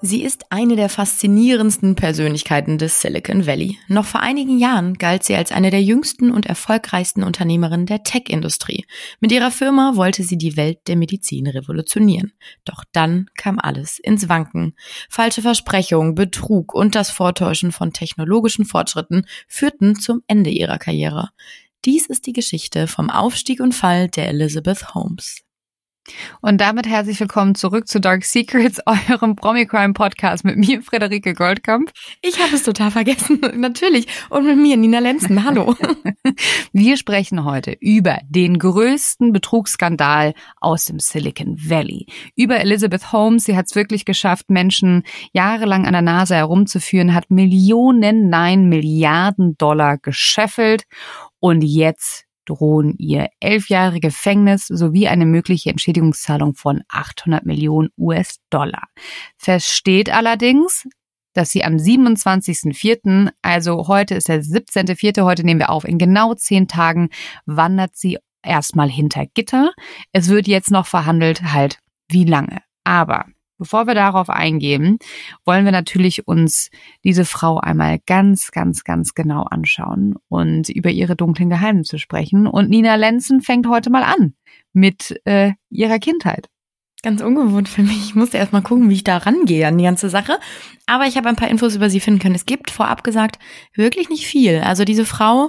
Sie ist eine der faszinierendsten Persönlichkeiten des Silicon Valley. Noch vor einigen Jahren galt sie als eine der jüngsten und erfolgreichsten Unternehmerinnen der Tech-Industrie. Mit ihrer Firma wollte sie die Welt der Medizin revolutionieren. Doch dann kam alles ins Wanken. Falsche Versprechungen, Betrug und das Vortäuschen von technologischen Fortschritten führten zum Ende ihrer Karriere. Dies ist die Geschichte vom Aufstieg und Fall der Elizabeth Holmes. Und damit herzlich willkommen zurück zu Dark Secrets, eurem Promi-Crime-Podcast mit mir, Friederike Goldkamp. Ich habe es total vergessen, natürlich. Und mit mir, Nina Lenzen. Hallo. Wir sprechen heute über den größten Betrugsskandal aus dem Silicon Valley. Über Elizabeth Holmes. Sie hat es wirklich geschafft, Menschen jahrelang an der Nase herumzuführen, hat Millionen, nein, Milliarden Dollar gescheffelt. Und jetzt drohen ihr 11 Jahre Gefängnis sowie eine mögliche Entschädigungszahlung von 800 Millionen US-Dollar. Fest steht allerdings, dass sie am 27.04., also heute ist der 17.04., heute nehmen wir auf, in genau 10 Tagen wandert sie erstmal hinter Gitter. Es wird jetzt noch verhandelt, halt wie lange. Aber bevor wir darauf eingehen, wollen wir natürlich uns diese Frau einmal ganz genau anschauen und über ihre dunklen Geheimnisse sprechen. Und Nina Lenzen fängt heute mal an mit ihrer Kindheit. Ganz ungewohnt für mich. Ich musste erst mal gucken, wie ich da rangehe an die ganze Sache. Aber ich habe ein paar Infos über sie finden können. Es gibt, vorab gesagt, wirklich nicht viel. Also diese Frau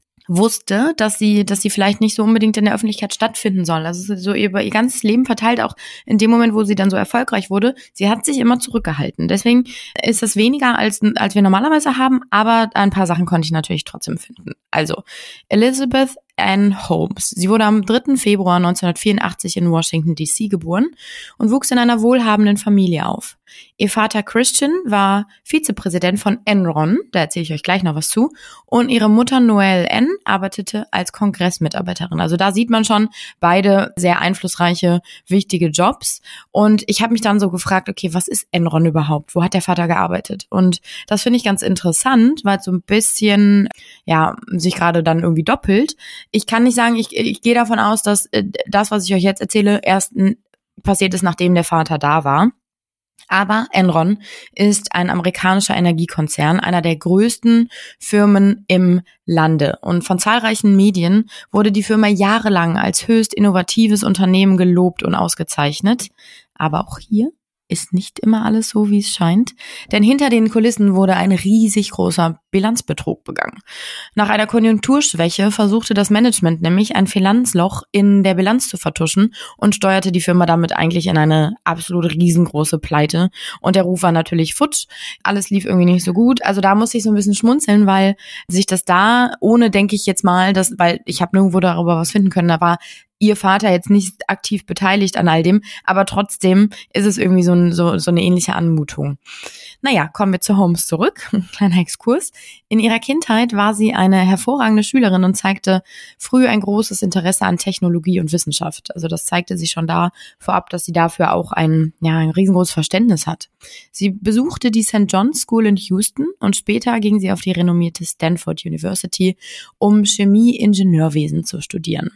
wusste, dass sie vielleicht nicht so unbedingt in der Öffentlichkeit stattfinden soll. Also so über ihr ganzes Leben verteilt, auch in dem Moment, wo sie dann so erfolgreich wurde. Sie hat sich immer zurückgehalten. Deswegen ist das weniger, als wir normalerweise haben, aber ein paar Sachen konnte ich natürlich trotzdem finden. Also, Elizabeth Ann Holmes. Sie wurde am 3. Februar 1984 in Washington, D.C. geboren und wuchs in einer wohlhabenden Familie auf. Ihr Vater Christian war Vizepräsident von Enron, da erzähle ich euch gleich noch was zu, und ihre Mutter Noelle Ann arbeitete als Kongressmitarbeiterin. Also da sieht man schon beide sehr einflussreiche, wichtige Jobs. Und ich habe mich dann so gefragt, okay, was ist Enron überhaupt? Wo hat der Vater gearbeitet? Und das finde ich ganz interessant, weil es so ein bisschen, ja, sich gerade dann irgendwie doppelt. Ich kann nicht sagen, ich gehe davon aus, dass das, was ich euch jetzt erzähle, erst passiert ist, nachdem der Vater da war. Aber Enron ist ein amerikanischer Energiekonzern, einer der größten Firmen im Lande. Und von zahlreichen Medien wurde die Firma jahrelang als höchst innovatives Unternehmen gelobt und ausgezeichnet. Aber auch hier ist nicht immer alles so, wie es scheint. Denn hinter den Kulissen wurde ein riesig großer Bilanzbetrug begangen. Nach einer Konjunkturschwäche versuchte das Management nämlich, ein Finanzloch in der Bilanz zu vertuschen und steuerte die Firma damit eigentlich in eine absolut riesengroße Pleite. Und der Ruf war natürlich futsch. Alles lief irgendwie nicht so gut. Also da musste ich so ein bisschen schmunzeln, weil sich das da, ohne denke ich jetzt mal, weil ich habe nirgendwo darüber was finden können, da war ihr Vater jetzt nicht aktiv beteiligt an all dem, aber trotzdem ist es irgendwie so eine ähnliche Anmutung. Naja, kommen wir zu Holmes zurück. Ein kleiner Exkurs. In ihrer Kindheit war sie eine hervorragende Schülerin und zeigte früh ein großes Interesse an Technologie und Wissenschaft. Also das zeigte sie schon da vorab, dass sie dafür auch ein riesengroßes Verständnis hat. Sie besuchte die St. John's School in Houston und später ging sie auf die renommierte Stanford University, um Chemie-Ingenieurwesen zu studieren.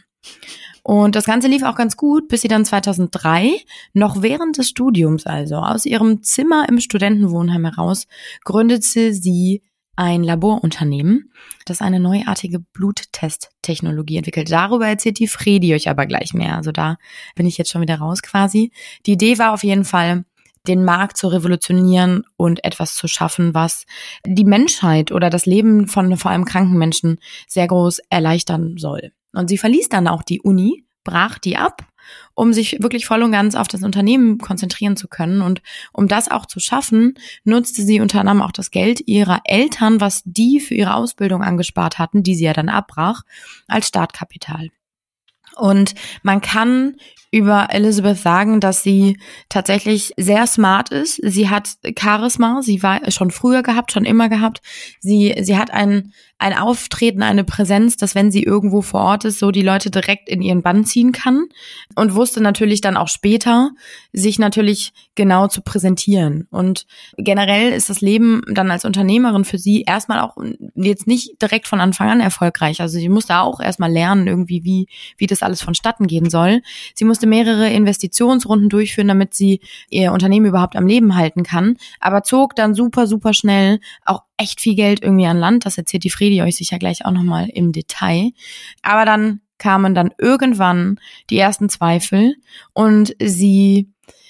Und das Ganze lief auch ganz gut, bis sie dann 2003, noch während des Studiums also, aus ihrem Zimmer im Studentenwohnheim heraus, gründete sie ein Laborunternehmen, das eine neuartige Bluttesttechnologie entwickelt. Darüber erzählt die Fredi euch aber gleich mehr. Also da bin ich jetzt schon wieder raus quasi. Die Idee war auf jeden Fall, den Markt zu revolutionieren und etwas zu schaffen, was die Menschheit oder das Leben von vor allem kranken Menschen sehr groß erleichtern soll. Und sie verließ dann auch die Uni, brach die ab, um sich wirklich voll und ganz auf das Unternehmen konzentrieren zu können. Und um das auch zu schaffen, nutzte sie unter anderem auch das Geld ihrer Eltern, was die für ihre Ausbildung angespart hatten, die sie ja dann abbrach, als Startkapital. Und man kann über Elizabeth sagen, dass sie tatsächlich sehr smart ist. Sie hat Charisma, sie war schon früher gehabt, schon immer gehabt. Sie hat ein ein Auftreten, eine Präsenz, dass wenn sie irgendwo vor Ort ist, so die Leute direkt in ihren Bann ziehen kann und wusste natürlich dann auch später, sich natürlich genau zu präsentieren. Und generell ist das Leben dann als Unternehmerin für sie erstmal auch jetzt nicht direkt von Anfang an erfolgreich. Also sie musste auch erstmal lernen irgendwie, wie das alles vonstatten gehen soll. Sie musste mehrere Investitionsrunden durchführen, damit sie ihr Unternehmen überhaupt am Leben halten kann, aber zog dann super, super schnell auch echt viel Geld irgendwie an Land. Das erzählt die Fredi euch sicher gleich auch nochmal im Detail. Aber dann kamen dann irgendwann die ersten Zweifel und sie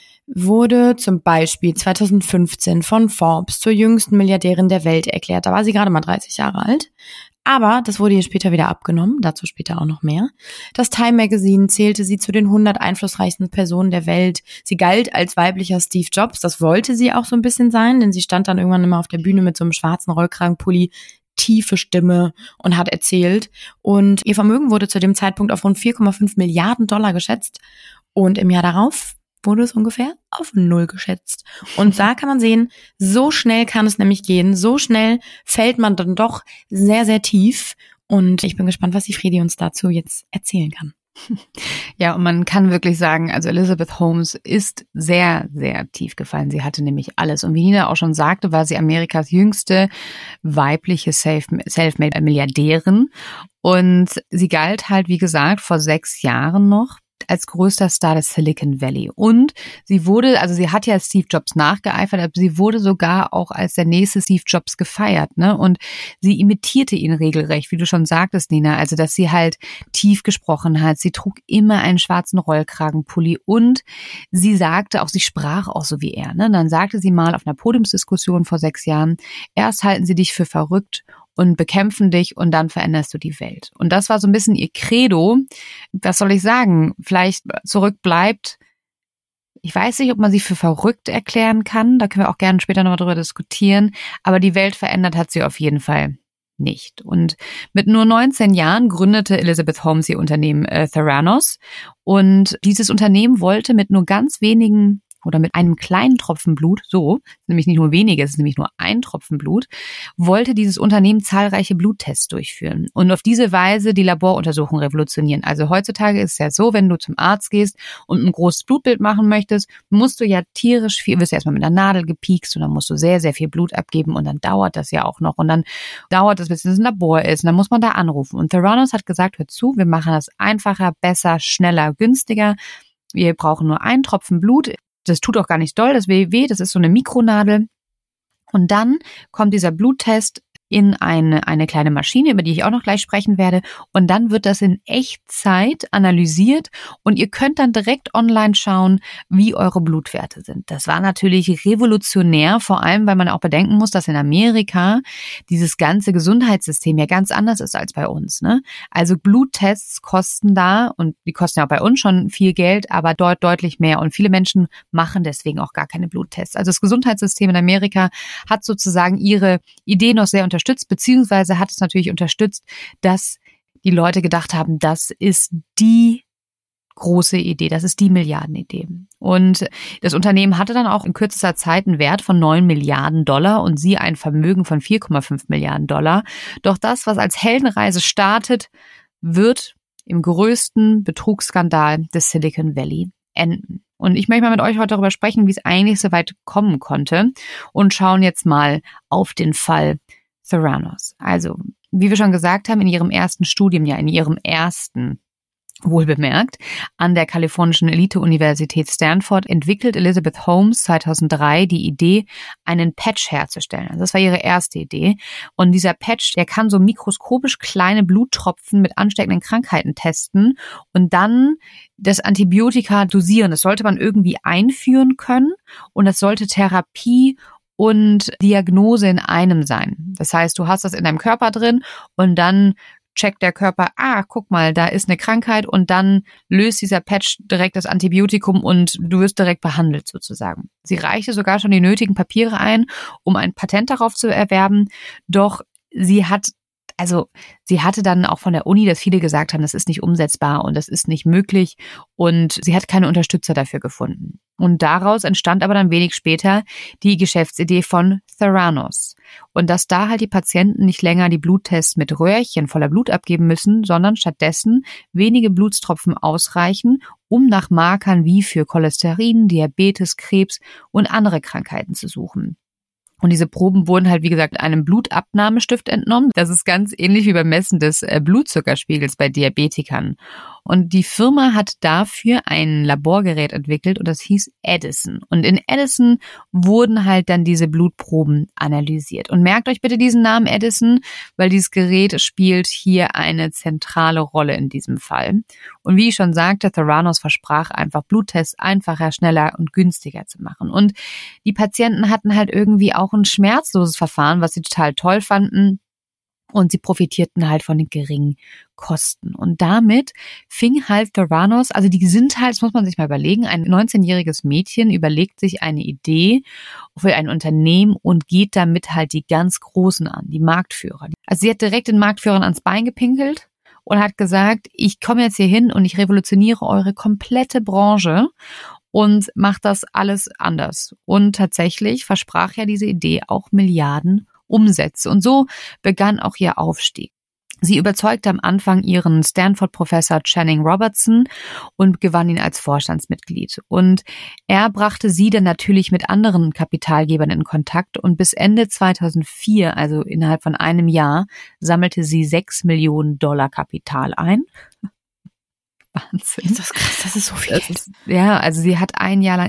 wurde zum Beispiel 2015 von Forbes zur jüngsten Milliardärin der Welt erklärt. Da war sie gerade mal 30 Jahre alt. Aber das wurde ihr später wieder abgenommen, dazu später auch noch mehr. Das Time Magazine zählte sie zu den 100 einflussreichsten Personen der Welt. Sie galt als weiblicher Steve Jobs, das wollte sie auch so ein bisschen sein, denn sie stand dann irgendwann immer auf der Bühne mit so einem schwarzen Rollkragenpulli, tiefe Stimme und hat erzählt. Und ihr Vermögen wurde zu dem Zeitpunkt auf rund 4,5 Milliarden Dollar geschätzt. Und im Jahr darauf wurde es ungefähr auf 0 geschätzt. Und da kann man sehen, so schnell kann es nämlich gehen, so schnell fällt man dann doch sehr, sehr tief. Und ich bin gespannt, was die Fredi uns dazu jetzt erzählen kann. Ja, und man kann wirklich sagen, also Elizabeth Holmes ist sehr, sehr tief gefallen. Sie hatte nämlich alles. Und wie Nina auch schon sagte, war sie Amerikas jüngste weibliche Selfmade-Milliardärin. Und sie galt halt, wie gesagt, vor 6 Jahren noch als größter Star des Silicon Valley. Und sie wurde, also sie hat ja Steve Jobs nachgeeifert, aber sie wurde sogar auch als der nächste Steve Jobs gefeiert, ne? Und sie imitierte ihn regelrecht, wie du schon sagtest, Nina, also dass sie halt tief gesprochen hat. Sie trug immer einen schwarzen Rollkragenpulli und sie sagte auch, sie sprach auch so wie er, ne? Dann sagte sie mal auf einer Podiumsdiskussion vor 6 Jahren, erst halten sie dich für verrückt und bekämpfen dich und dann veränderst du die Welt. Und das war so ein bisschen ihr Credo. Was soll ich sagen? Vielleicht zurückbleibt, ich weiß nicht, ob man sie für verrückt erklären kann. Da können wir auch gerne später noch darüber diskutieren. Aber die Welt verändert hat sie auf jeden Fall nicht. Und mit nur 19 Jahren gründete Elizabeth Holmes ihr Unternehmen Theranos. Und dieses Unternehmen wollte mit nur ganz wenigen oder mit einem kleinen Tropfen Blut, so, nämlich nicht nur wenige, es ist nämlich nur ein Tropfen Blut, wollte dieses Unternehmen zahlreiche Bluttests durchführen und auf diese Weise die Laboruntersuchung revolutionieren. Also heutzutage ist es ja so, wenn du zum Arzt gehst und ein großes Blutbild machen möchtest, musst du ja tierisch viel, wirst ja erstmal mit einer Nadel gepiekst und dann musst du sehr, sehr viel Blut abgeben und dann dauert das ja auch noch und dann dauert das, bis es ein Labor ist und dann muss man da anrufen. Und Theranos hat gesagt, hör zu, wir machen das einfacher, besser, schneller, günstiger. Wir brauchen nur einen Tropfen Blut. Das tut auch gar nicht doll, das weh, das ist so eine Mikronadel. Und dann kommt dieser Bluttest in eine kleine Maschine, über die ich auch noch gleich sprechen werde. Und dann wird das in Echtzeit analysiert und ihr könnt dann direkt online schauen, wie eure Blutwerte sind. Das war natürlich revolutionär, vor allem, weil man auch bedenken muss, dass in Amerika dieses ganze Gesundheitssystem ja ganz anders ist als bei uns, ne? Also Bluttests kosten da, und die kosten ja auch bei uns schon viel Geld, aber dort deutlich mehr. Und viele Menschen machen deswegen auch gar keine Bluttests. Also das Gesundheitssystem in Amerika hat sozusagen ihre Idee noch sehr unterstützt, beziehungsweise hat es natürlich unterstützt, dass die Leute gedacht haben, das ist die große Idee, das ist die Milliardenidee. Und das Unternehmen hatte dann auch in kürzester Zeit einen Wert von 9 Milliarden Dollar und sie ein Vermögen von 4,5 Milliarden Dollar. Doch das, was als Heldenreise startet, wird im größten Betrugsskandal des Silicon Valley enden. Und ich möchte mal mit euch heute darüber sprechen, wie es eigentlich so weit kommen konnte und schauen jetzt mal auf den Fall Theranos. Also, wie wir schon gesagt haben, in ihrem ersten Studienjahr, in ihrem ersten, wohlbemerkt, an der kalifornischen Elite-Universität Stanford entwickelt Elizabeth Holmes 2003 die Idee, einen Patch herzustellen. Also das war ihre erste Idee. Und dieser Patch, der kann so mikroskopisch kleine Bluttropfen mit ansteckenden Krankheiten testen und dann das Antibiotika dosieren. Das sollte man irgendwie einführen können und das sollte Therapie und Diagnose in einem sein. Das heißt, du hast das in deinem Körper drin und dann checkt der Körper, guck mal, da ist eine Krankheit und dann löst dieser Patch direkt das Antibiotikum und du wirst direkt behandelt sozusagen. Sie reichte sogar schon die nötigen Papiere ein, um ein Patent darauf zu erwerben, doch sie hat also sie hatte dann auch von der Uni, dass viele gesagt haben, das ist nicht umsetzbar und das ist nicht möglich und sie hat keine Unterstützer dafür gefunden. Und daraus entstand aber dann wenig später die Geschäftsidee von Theranos. Und dass da halt die Patienten nicht länger die Bluttests mit Röhrchen voller Blut abgeben müssen, sondern stattdessen wenige Blutstropfen ausreichen, um nach Markern wie für Cholesterin, Diabetes, Krebs und andere Krankheiten zu suchen. Und diese Proben wurden halt, wie gesagt, einem Blutabnahmestift entnommen. Das ist ganz ähnlich wie beim Messen des Blutzuckerspiegels bei Diabetikern. Und die Firma hat dafür ein Laborgerät entwickelt und das hieß Edison. Und in Edison wurden halt dann diese Blutproben analysiert. Und merkt euch bitte diesen Namen Edison, weil dieses Gerät spielt hier eine zentrale Rolle in diesem Fall. Und wie ich schon sagte, Theranos versprach einfach Bluttests einfacher, schneller und günstiger zu machen. Und die Patienten hatten halt irgendwie auch ein schmerzloses Verfahren, was sie total toll fanden. Und sie profitierten halt von den geringen Kosten. Und damit fing halt Theranos, also die sind halt, das muss man sich mal überlegen, ein 19-jähriges Mädchen überlegt sich eine Idee für ein Unternehmen und geht damit halt die ganz Großen an, die Marktführer. Also sie hat direkt den Marktführern ans Bein gepinkelt und hat gesagt, ich komme jetzt hier hin und ich revolutioniere eure komplette Branche und mache das alles anders. Und tatsächlich versprach ja diese Idee auch Milliarden Umsätze. Und so begann auch ihr Aufstieg. Sie überzeugte am Anfang ihren Stanford-Professor Channing Robertson und gewann ihn als Vorstandsmitglied. Und er brachte sie dann natürlich mit anderen Kapitalgebern in Kontakt und bis Ende 2004, also innerhalb von einem Jahr, sammelte sie $6 Millionen Kapital ein. Wahnsinn. Ist das krass, das ist so viel Geld. Ja, also sie hat ein Jahr lang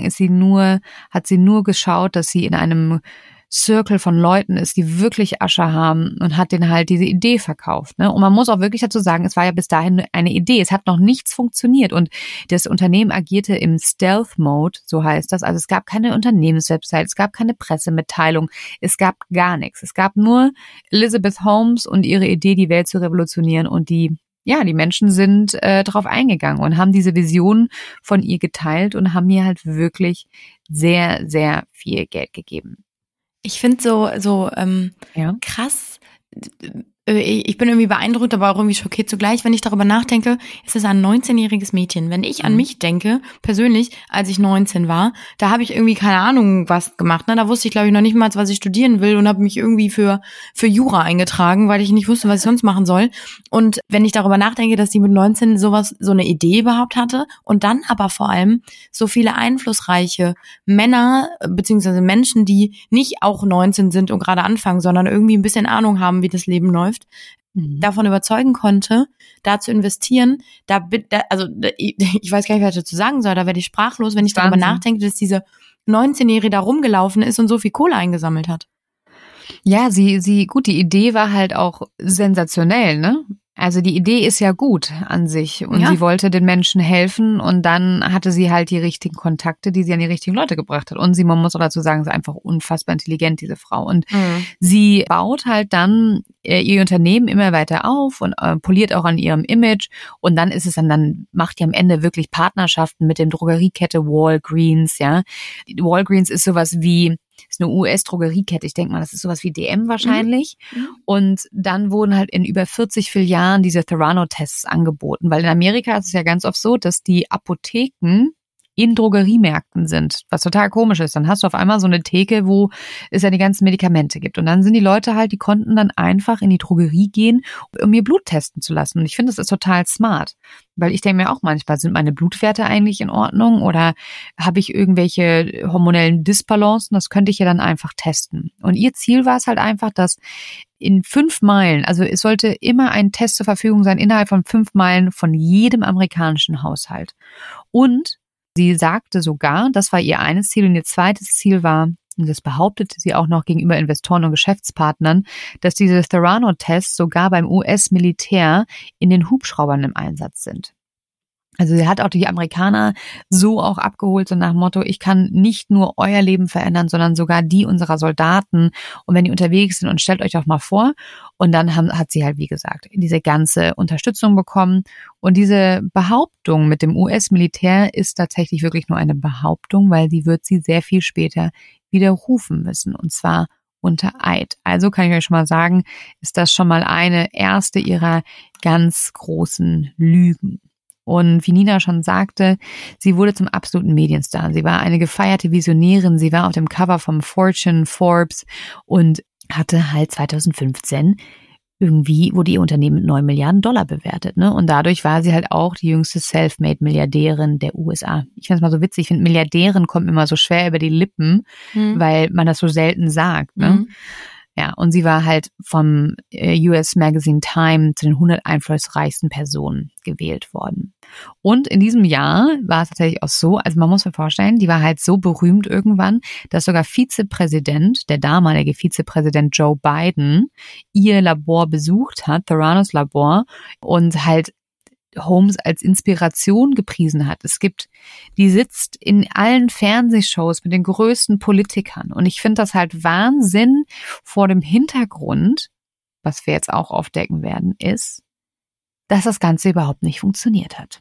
hat sie nur geschaut, dass sie in einem Circle von Leuten ist, die wirklich Asche haben und hat denen halt diese Idee verkauft. Ne? Und man muss auch wirklich dazu sagen, es war ja bis dahin eine Idee. Es hat noch nichts funktioniert und das Unternehmen agierte im Stealth-Mode, so heißt das. Also es gab keine Unternehmenswebsite, es gab keine Pressemitteilung, es gab gar nichts. Es gab nur Elizabeth Holmes und ihre Idee, die Welt zu revolutionieren und die Menschen sind drauf eingegangen und haben diese Vision von ihr geteilt und haben ihr halt wirklich sehr, sehr viel Geld gegeben. Ich finde so krass. Ich bin irgendwie beeindruckt, aber auch irgendwie schockiert zugleich, wenn ich darüber nachdenke, ist es ein 19-jähriges Mädchen. Wenn ich an mich denke, persönlich, als ich 19 war, da habe ich irgendwie keine Ahnung was gemacht. Ne? Da wusste ich, glaube ich, noch nicht mal, was ich studieren will und habe mich irgendwie für Jura eingetragen, weil ich nicht wusste, was ich sonst machen soll. Und wenn ich darüber nachdenke, dass die mit 19 so eine Idee überhaupt hatte und dann aber vor allem so viele einflussreiche Männer beziehungsweise Menschen, die nicht auch 19 sind und gerade anfangen, sondern irgendwie ein bisschen Ahnung haben, wie das Leben läuft, davon überzeugen konnte, da zu investieren, ich weiß gar nicht, was ich dazu sagen soll, da werde ich sprachlos, wenn ich darüber nachdenke, dass diese 19-Jährige da rumgelaufen ist und so viel Kohle eingesammelt hat. Ja, die Idee war halt auch sensationell, ne? Also die Idee ist ja gut an sich und sie wollte den Menschen helfen und dann hatte sie halt die richtigen Kontakte, die sie an die richtigen Leute gebracht hat. Und man muss auch dazu sagen, sie ist einfach unfassbar intelligent, diese Frau. Und sie baut halt dann ihr Unternehmen immer weiter auf und poliert auch an ihrem Image und dann ist es dann macht die am Ende wirklich Partnerschaften mit dem Drogeriekette Walgreens, ja. Walgreens ist sowas wie ist eine US-Drogeriekette. Ich denke mal, das ist sowas wie DM wahrscheinlich. Und dann wurden halt in über 40 Filialen diese Theranos-Tests angeboten, weil in Amerika ist es ja ganz oft so, dass die Apotheken in Drogeriemärkten sind, was total komisch ist. Dann hast du auf einmal so eine Theke, wo es ja die ganzen Medikamente gibt. Und dann sind die Leute halt, die konnten dann einfach in die Drogerie gehen, um ihr Blut testen zu lassen. Und ich finde, das ist total smart. Weil ich denke mir auch manchmal, sind meine Blutwerte eigentlich in Ordnung oder habe ich irgendwelche hormonellen Disbalancen? Das könnte ich ja dann einfach testen. Und ihr Ziel war es halt einfach, dass in 5 Meilen, also es sollte immer ein Test zur Verfügung sein, innerhalb von 5 Meilen von jedem amerikanischen Haushalt. Und sie sagte sogar, das war ihr eines Ziel und ihr zweites Ziel war, und das behauptete sie auch noch gegenüber Investoren und Geschäftspartnern, dass diese Theranos-Tests sogar beim US-Militär in den Hubschraubern im Einsatz sind. Also sie hat auch die Amerikaner so auch abgeholt, so nach dem Motto, ich kann nicht nur euer Leben verändern, sondern sogar die unserer Soldaten. Und wenn die unterwegs sind und stellt euch doch mal vor. Und dann hat sie halt, wie gesagt, diese ganze Unterstützung bekommen. Und diese Behauptung mit dem US-Militär ist tatsächlich wirklich nur eine Behauptung, weil sie wird sie sehr viel später widerrufen müssen. Und zwar unter Eid. Also kann ich euch schon mal sagen, ist das schon mal eine erste ihrer ganz großen Lügen. Und wie Nina schon sagte, sie wurde zum absoluten Medienstar. Sie war eine gefeierte Visionärin. Sie war auf dem Cover vom Fortune, Forbes und hatte halt 2015 irgendwie, wurde ihr Unternehmen mit $9 Milliarden bewertet, ne? Und dadurch war sie halt auch die jüngste Selfmade-Milliardärin der USA. Ich finde es mal so witzig. Ich finde, Milliardärin kommt immer so schwer über die Lippen, weil man das so selten sagt, ne? Ja, und sie war halt vom US Magazine Time zu den 100 einflussreichsten Personen gewählt worden. Und in diesem Jahr war es tatsächlich auch so, also man muss sich vorstellen, die war halt so berühmt irgendwann, dass sogar der damalige Vizepräsident Joe Biden, ihr Labor besucht hat, Theranos Labor, und halt Holmes als Inspiration gepriesen hat. Die sitzt in allen Fernsehshows mit den größten Politikern. Und ich finde das halt Wahnsinn vor dem Hintergrund, was wir jetzt auch aufdecken werden, ist, dass das Ganze überhaupt nicht funktioniert hat.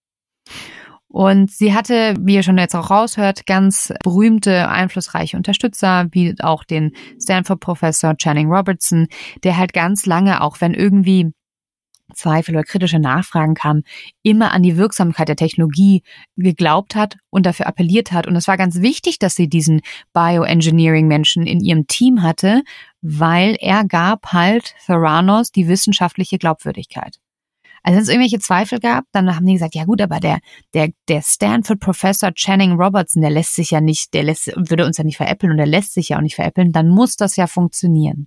Und sie hatte, wie ihr schon jetzt auch raushört, ganz berühmte, einflussreiche Unterstützer, wie auch den Stanford-Professor Channing Robertson, der halt ganz lange, auch wenn irgendwie Zweifel oder kritische Nachfragen kamen, immer an die Wirksamkeit der Technologie geglaubt hat und dafür appelliert hat. Und es war ganz wichtig, dass sie diesen Bioengineering-Menschen in ihrem Team hatte, weil er gab halt Theranos die wissenschaftliche Glaubwürdigkeit. Also wenn es irgendwelche Zweifel gab, dann haben die gesagt, ja gut, aber der Stanford-Professor Channing Robertson, würde uns ja nicht veräppeln und der lässt sich ja auch nicht veräppeln, dann muss das ja funktionieren.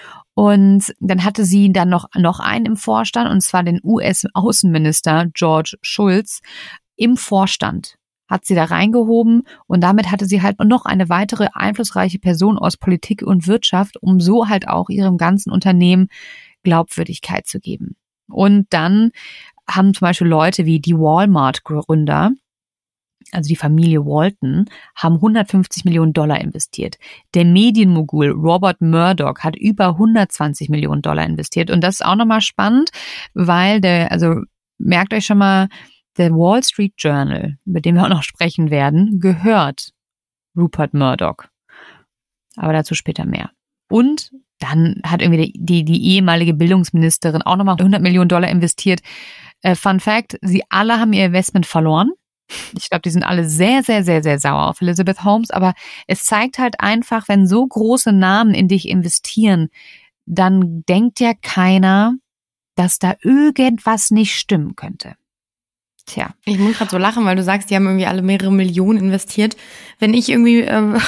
Und dann hatte sie dann noch einen im Vorstand, und zwar den US-Außenminister George Shultz im Vorstand. Hat sie da reingehoben, und damit hatte sie halt noch eine weitere einflussreiche Person aus Politik und Wirtschaft, um so halt auch ihrem ganzen Unternehmen Glaubwürdigkeit zu geben. Und dann haben zum Beispiel Leute wie die Walmart-Gründer, also die Familie Walton, haben $150 Millionen investiert. Der Medienmogul Robert Murdoch hat über $120 Millionen investiert. Und das ist auch nochmal spannend, weil merkt euch schon mal, der Wall Street Journal, über den wir auch noch sprechen werden, gehört Rupert Murdoch. Aber dazu später mehr. Und dann hat irgendwie die ehemalige Bildungsministerin auch nochmal $100 Millionen investiert. Fun Fact, sie alle haben ihr Investment verloren. Ich glaube, die sind alle sehr, sehr, sehr, sehr sauer auf Elizabeth Holmes, aber es zeigt halt einfach, wenn so große Namen in dich investieren, dann denkt ja keiner, dass da irgendwas nicht stimmen könnte. Tja. Ich muss gerade so lachen, weil du sagst, die haben irgendwie alle mehrere Millionen investiert. Wenn ich irgendwie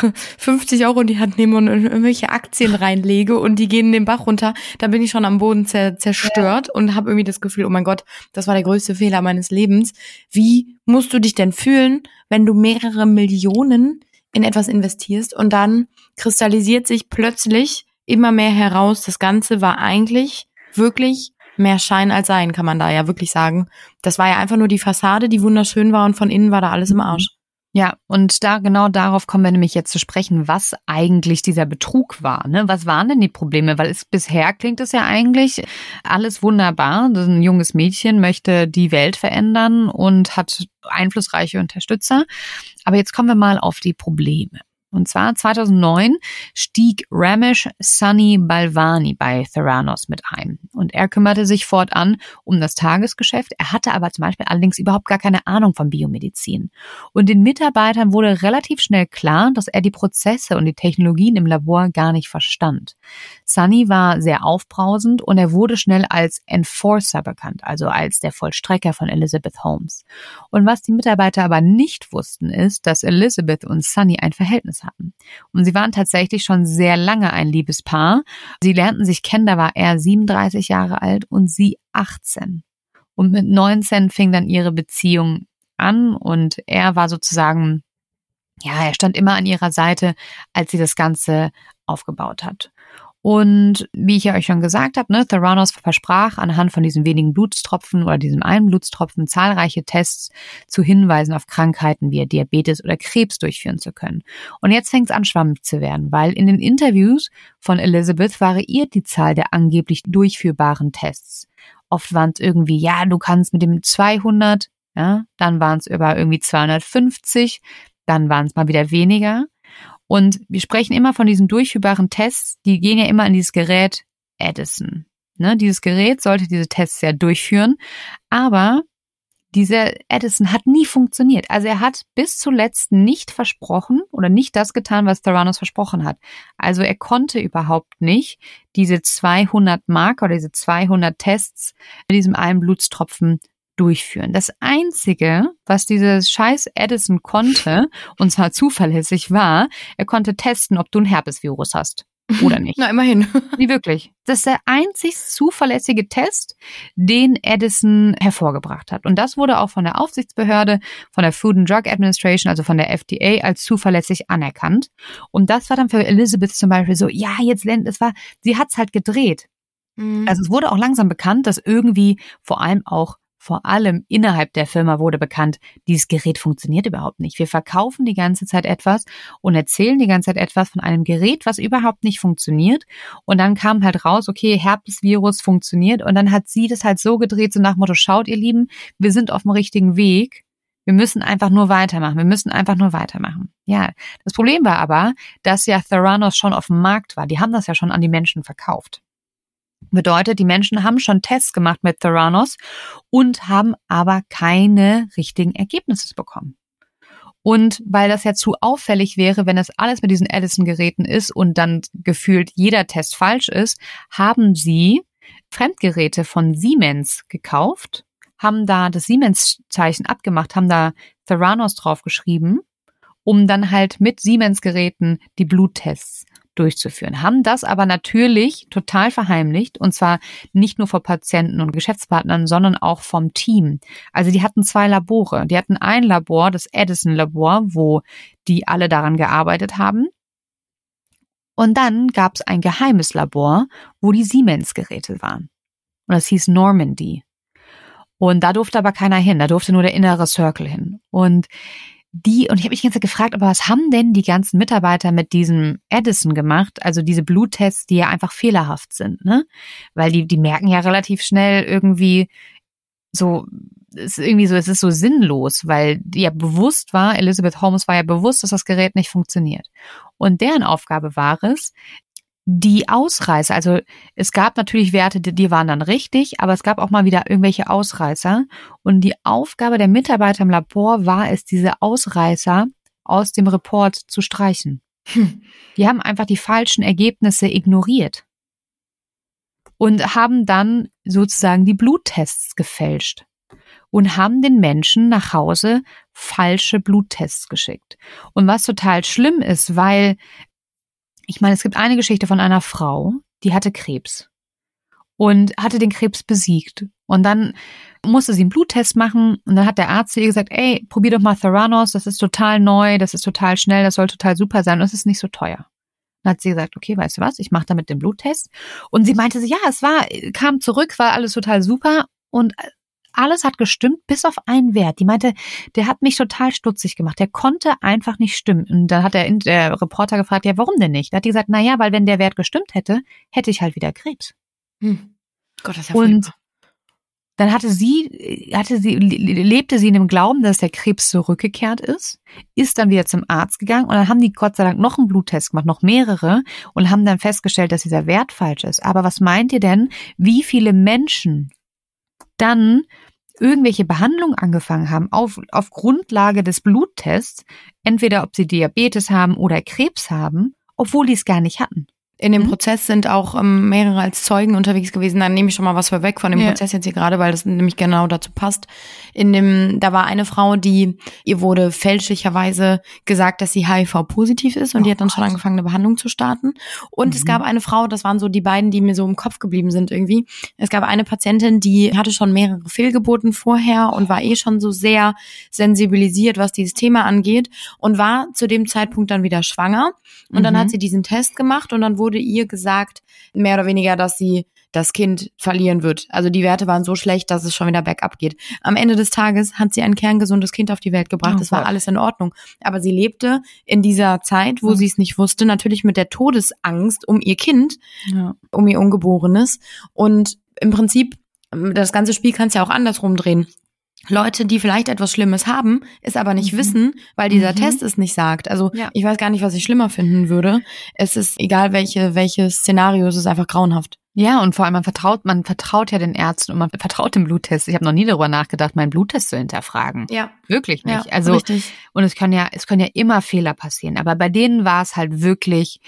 50 € in die Hand nehme und in irgendwelche Aktien reinlege und die gehen den Bach runter, dann bin ich schon am Boden zerstört und habe irgendwie das Gefühl, oh mein Gott, das war der größte Fehler meines Lebens. Wie musst du dich denn fühlen, wenn du mehrere Millionen in etwas investierst und dann kristallisiert sich plötzlich immer mehr heraus, das Ganze war eigentlich wirklich mehr Schein als Sein, kann man da ja wirklich sagen. Das war ja einfach nur die Fassade, die wunderschön war, und von innen war da alles im Arsch. Ja, und genau darauf kommen wir nämlich jetzt zu sprechen, was eigentlich dieser Betrug war, ne? Was waren denn die Probleme? Weil bisher klingt es ja eigentlich alles wunderbar. Das ist ein junges Mädchen, möchte die Welt verändern und hat einflussreiche Unterstützer. Aber jetzt kommen wir mal auf die Probleme. Und zwar 2009 stieg Ramesh Sunny Balwani bei Theranos mit ein. Und er kümmerte sich fortan um das Tagesgeschäft. Er hatte aber zum Beispiel allerdings überhaupt gar keine Ahnung von Biomedizin. Und den Mitarbeitern wurde relativ schnell klar, dass er die Prozesse und die Technologien im Labor gar nicht verstand. Sunny war sehr aufbrausend und er wurde schnell als Enforcer bekannt, also als der Vollstrecker von Elizabeth Holmes. Und was die Mitarbeiter aber nicht wussten, ist, dass Elizabeth und Sunny ein Verhältnis hatten. Und sie waren tatsächlich schon sehr lange ein Liebespaar. Sie lernten sich kennen, da war er 37 Jahre alt und sie 18. Und mit 19 fing dann ihre Beziehung an und er war sozusagen, ja, er stand immer an ihrer Seite, als sie das Ganze aufgebaut hat. Und wie ich ja euch schon gesagt habe, ne, Theranos versprach anhand von diesen wenigen Blutstropfen oder diesem einen Blutstropfen zahlreiche Tests zu Hinweisen auf Krankheiten wie Diabetes oder Krebs durchführen zu können. Und jetzt fängt es an, schwammig zu werden, weil in den Interviews von Elizabeth variiert die Zahl der angeblich durchführbaren Tests. Oft waren es irgendwie, ja, du kannst mit dem 200, ja, dann waren es über irgendwie 250, dann waren es mal wieder weniger. Und wir sprechen immer von diesen durchführbaren Tests, die gehen ja immer in dieses Gerät Edison. Ne? Dieses Gerät sollte diese Tests ja durchführen, aber dieser Edison hat nie funktioniert. Also er hat bis zuletzt nicht versprochen oder nicht das getan, was Theranos versprochen hat. Also er konnte überhaupt nicht diese 200 Marker oder diese 200 Tests mit diesem einen Blutstropfen durchführen. Das Einzige, was dieses scheiß Edison konnte, und zwar zuverlässig war, er konnte testen, ob du ein Herpesvirus hast. Oder nicht. Na, immerhin. Wie wirklich. Das ist der einzig zuverlässige Test, den Edison hervorgebracht hat. Und das wurde auch von der Aufsichtsbehörde, von der Food and Drug Administration, also von der FDA, als zuverlässig anerkannt. Und das war dann für Elizabeth zum Beispiel so, ja, jetzt sie hat's halt gedreht. Also es wurde auch langsam bekannt, dass irgendwie vor allem innerhalb der Firma wurde bekannt, dieses Gerät funktioniert überhaupt nicht. Wir verkaufen die ganze Zeit etwas und erzählen die ganze Zeit etwas von einem Gerät, was überhaupt nicht funktioniert. Und dann kam halt raus, okay, Herpesvirus funktioniert. Und dann hat sie das halt so gedreht, so nach dem Motto, schaut ihr Lieben, wir sind auf dem richtigen Weg. Wir müssen einfach nur weitermachen. Ja, das Problem war aber, dass ja Theranos schon auf dem Markt war. Die haben das ja schon an die Menschen verkauft. Bedeutet, die Menschen haben schon Tests gemacht mit Theranos und haben aber keine richtigen Ergebnisse bekommen. Und weil das ja zu auffällig wäre, wenn das alles mit diesen Edison-Geräten ist und dann gefühlt jeder Test falsch ist, haben sie Fremdgeräte von Siemens gekauft, haben da das Siemens-Zeichen abgemacht, haben da Theranos draufgeschrieben, um dann halt mit Siemens-Geräten die Bluttests durchzuführen, haben das aber natürlich total verheimlicht, und zwar nicht nur vor Patienten und Geschäftspartnern, sondern auch vom Team. Also die hatten 2 Labore. Die hatten ein Labor, das Edison-Labor, wo die alle daran gearbeitet haben. Und dann gab es ein geheimes Labor, wo die Siemens-Geräte waren. Und das hieß Normandy. Und da durfte aber keiner hin, da durfte nur der innere Circle hin. Und ich habe mich die ganze Zeit gefragt, aber was haben denn die ganzen Mitarbeiter mit diesem Edison gemacht? Also diese Bluttests, die ja einfach fehlerhaft sind, ne? Weil die merken ja relativ schnell irgendwie so, es ist so sinnlos, weil die ja bewusst war, Elizabeth Holmes war ja bewusst, dass das Gerät nicht funktioniert. Und deren Aufgabe war es, die Ausreißer, also es gab natürlich Werte, die waren dann richtig, aber es gab auch mal wieder irgendwelche Ausreißer. Und die Aufgabe der Mitarbeiter im Labor war es, diese Ausreißer aus dem Report zu streichen. Die haben einfach die falschen Ergebnisse ignoriert und haben dann sozusagen die Bluttests gefälscht und haben den Menschen nach Hause falsche Bluttests geschickt. Und was total schlimm ist, weil ich meine, es gibt eine Geschichte von einer Frau, die hatte Krebs und hatte den Krebs besiegt. Und dann musste sie einen Bluttest machen und dann hat der Arzt zu ihr gesagt, ey, probier doch mal Theranos, das ist total neu, das ist total schnell, das soll total super sein und es ist nicht so teuer. Dann hat sie gesagt, okay, weißt du was, ich mache damit den Bluttest. Und sie meinte, ja, kam zurück, war alles total super und alles hat gestimmt, bis auf einen Wert. Die meinte, der hat mich total stutzig gemacht. Der konnte einfach nicht stimmen. Und dann hat der Reporter gefragt, ja, warum denn nicht? Da hat die gesagt, naja, weil wenn der Wert gestimmt hätte, hätte ich halt wieder Krebs. Gott, das ist ja und furchtbar. Dann lebte sie in dem Glauben, dass der Krebs zurückgekehrt ist dann wieder zum Arzt gegangen und dann haben die Gott sei Dank noch einen Bluttest gemacht, noch mehrere und haben dann festgestellt, dass dieser Wert falsch ist. Aber was meint ihr denn, wie viele Menschen dann irgendwelche Behandlungen angefangen haben auf Grundlage des Bluttests, entweder ob sie Diabetes haben oder Krebs haben, obwohl die es gar nicht hatten. In dem Prozess sind auch mehrere als Zeugen unterwegs gewesen. Dann nehme ich schon mal was vorweg von dem Prozess jetzt hier gerade, weil das nämlich genau dazu passt. Da war eine Frau, ihr wurde fälschlicherweise gesagt, dass sie HIV-positiv ist und die hat dann schon angefangen, eine Behandlung zu starten. Und es gab eine Frau, das waren so die beiden, die mir so im Kopf geblieben sind irgendwie. Es gab eine Patientin, die hatte schon mehrere Fehlgeburten vorher und war schon so sehr sensibilisiert, was dieses Thema angeht und war zu dem Zeitpunkt dann wieder schwanger. Und dann hat sie diesen Test gemacht und dann wurde ihr gesagt, mehr oder weniger, dass sie das Kind verlieren wird. Also die Werte waren so schlecht, dass es schon wieder bergab geht. Am Ende des Tages hat sie ein kerngesundes Kind auf die Welt gebracht. Es war alles in Ordnung. Aber sie lebte in dieser Zeit, wo sie es nicht wusste, natürlich mit der Todesangst um ihr Kind, um ihr Ungeborenes. Und im Prinzip, das ganze Spiel kannst du ja auch andersrum drehen. Leute, die vielleicht etwas Schlimmes haben, es aber nicht wissen, weil dieser Test es nicht sagt. Also ich weiß gar nicht, was ich schlimmer finden würde. Es ist egal, welches Szenario, es ist einfach grauenhaft. Ja, und vor allem man vertraut ja den Ärzten und man vertraut dem Bluttest. Ich habe noch nie darüber nachgedacht, meinen Bluttest zu hinterfragen. Ja. Wirklich nicht. Ja, also richtig. Und es können ja immer Fehler passieren. Aber bei denen war es halt wirklich,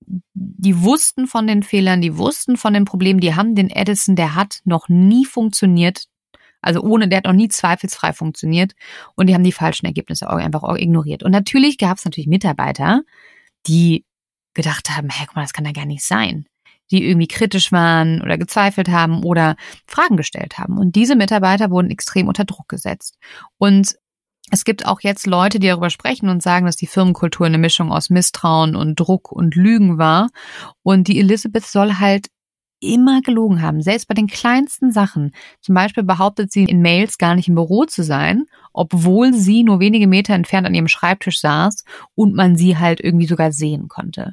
die wussten von den Fehlern, die wussten von den Problemen, die haben den Edison, der hat noch nie funktioniert. Also der hat noch nie zweifelsfrei funktioniert und die haben die falschen Ergebnisse einfach auch ignoriert. Und natürlich gab es natürlich Mitarbeiter, die gedacht haben, hey, guck mal, das kann ja gar nicht sein. Die irgendwie kritisch waren oder gezweifelt haben oder Fragen gestellt haben. Und diese Mitarbeiter wurden extrem unter Druck gesetzt. Und es gibt auch jetzt Leute, die darüber sprechen und sagen, dass die Firmenkultur eine Mischung aus Misstrauen und Druck und Lügen war. Und die Elizabeth soll halt immer gelogen haben, selbst bei den kleinsten Sachen. Zum Beispiel behauptet sie in Mails gar nicht im Büro zu sein, obwohl sie nur wenige Meter entfernt an ihrem Schreibtisch saß und man sie halt irgendwie sogar sehen konnte.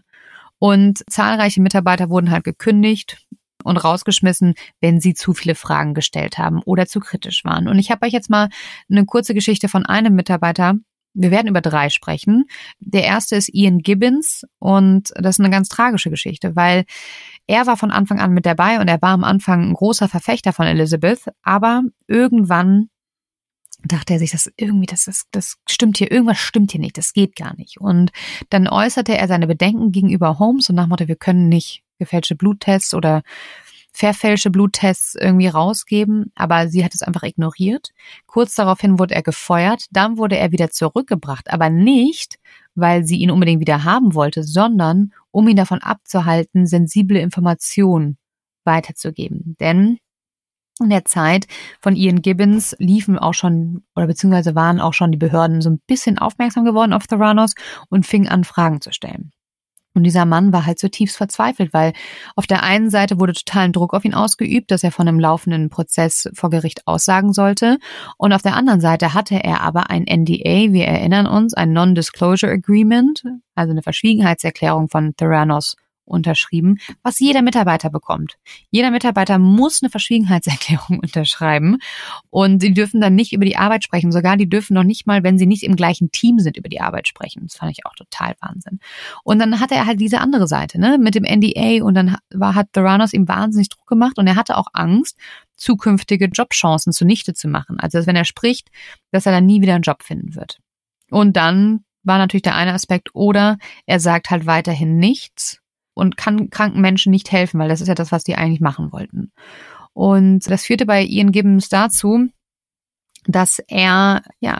Und zahlreiche Mitarbeiter wurden halt gekündigt und rausgeschmissen, wenn sie zu viele Fragen gestellt haben oder zu kritisch waren. Und ich habe euch jetzt mal eine kurze Geschichte von einem Mitarbeiter. Wir werden über 3 sprechen. Der erste ist Ian Gibbons und das ist eine ganz tragische Geschichte, weil er war von Anfang an mit dabei und er war am Anfang ein großer Verfechter von Elizabeth, aber irgendwann dachte er sich, das stimmt hier, irgendwas stimmt hier nicht, das geht gar nicht. Und dann äußerte er seine Bedenken gegenüber Holmes und nach dem Motto, wir können nicht gefälschte Bluttests oder verfälschte Bluttests irgendwie rausgeben, aber sie hat es einfach ignoriert. Kurz daraufhin wurde er gefeuert, dann wurde er wieder zurückgebracht, aber nicht, weil sie ihn unbedingt wieder haben wollte, sondern um ihn davon abzuhalten, sensible Informationen weiterzugeben. Denn in der Zeit von Ian Gibbons liefen auch schon, oder beziehungsweise waren auch schon die Behörden so ein bisschen aufmerksam geworden auf Theranos und fingen an, Fragen zu stellen. Und dieser Mann war halt zutiefst verzweifelt, weil auf der einen Seite wurde totalen Druck auf ihn ausgeübt, dass er von einem laufenden Prozess vor Gericht aussagen sollte. Und auf der anderen Seite hatte er aber ein NDA, wir erinnern uns, ein Non-Disclosure Agreement, also eine Verschwiegenheitserklärung von Theranos unterschrieben, was jeder Mitarbeiter bekommt. Jeder Mitarbeiter muss eine Verschwiegenheitserklärung unterschreiben und die dürfen dann nicht über die Arbeit sprechen. Sogar die dürfen noch nicht mal, wenn sie nicht im gleichen Team sind, über die Arbeit sprechen. Das fand ich auch total Wahnsinn. Und dann hatte er halt diese andere Seite, ne, mit dem NDA und dann hat Theranos ihm wahnsinnig Druck gemacht und er hatte auch Angst, zukünftige Jobchancen zunichte zu machen. Also dass, wenn er spricht, dass er dann nie wieder einen Job finden wird. Und dann war natürlich der eine Aspekt, oder er sagt halt weiterhin nichts und kann kranken Menschen nicht helfen, weil das ist ja das, was die eigentlich machen wollten. Und das führte bei Ian Gibbons dazu, dass er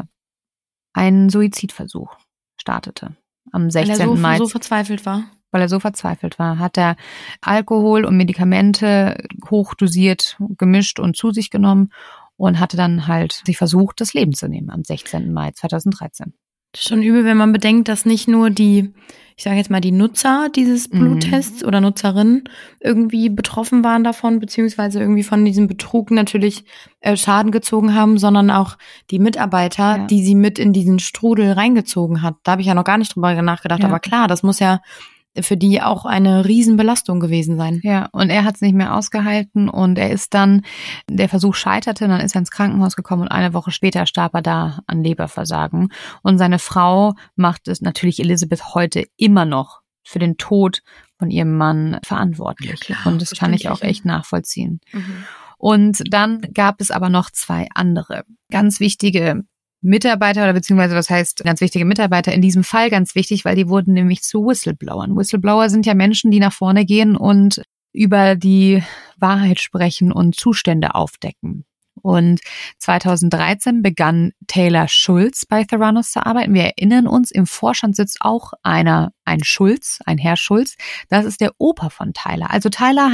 einen Suizidversuch startete am 16. Mai. Weil er so verzweifelt war. Weil er so verzweifelt war, hat er Alkohol und Medikamente hochdosiert, gemischt und zu sich genommen und hatte dann halt sich versucht, das Leben zu nehmen am 16. Mai 2013. Das ist schon übel, wenn man bedenkt, dass nicht nur die Nutzer dieses Bluttests oder Nutzerinnen irgendwie betroffen waren davon, beziehungsweise irgendwie von diesem Betrug natürlich Schaden gezogen haben, sondern auch die Mitarbeiter, die sie mit in diesen Strudel reingezogen hat. Da habe ich ja noch gar nicht drüber nachgedacht, aber klar, das muss ja für die auch eine Riesenbelastung gewesen sein. Ja, und er hat es nicht mehr ausgehalten und er ist dann, der Versuch scheiterte, dann ist er ins Krankenhaus gekommen und eine Woche später starb er da an Leberversagen. Und seine Frau macht es natürlich Elizabeth heute immer noch für den Tod von ihrem Mann verantwortlich. Ja, klar, und das kann ich auch echt nachvollziehen. Mhm. Und dann gab es aber noch 2 andere ganz wichtige Mitarbeiter oder beziehungsweise was heißt ganz wichtige Mitarbeiter, in diesem Fall ganz wichtig, weil die wurden nämlich zu Whistleblowern. Whistleblower sind ja Menschen, die nach vorne gehen und über die Wahrheit sprechen und Zustände aufdecken. Und 2013 begann Taylor Schulz bei Theranos zu arbeiten. Wir erinnern uns, im Vorstand sitzt auch ein Herr Schulz. Das ist der Opa von Tyler. Also Tyler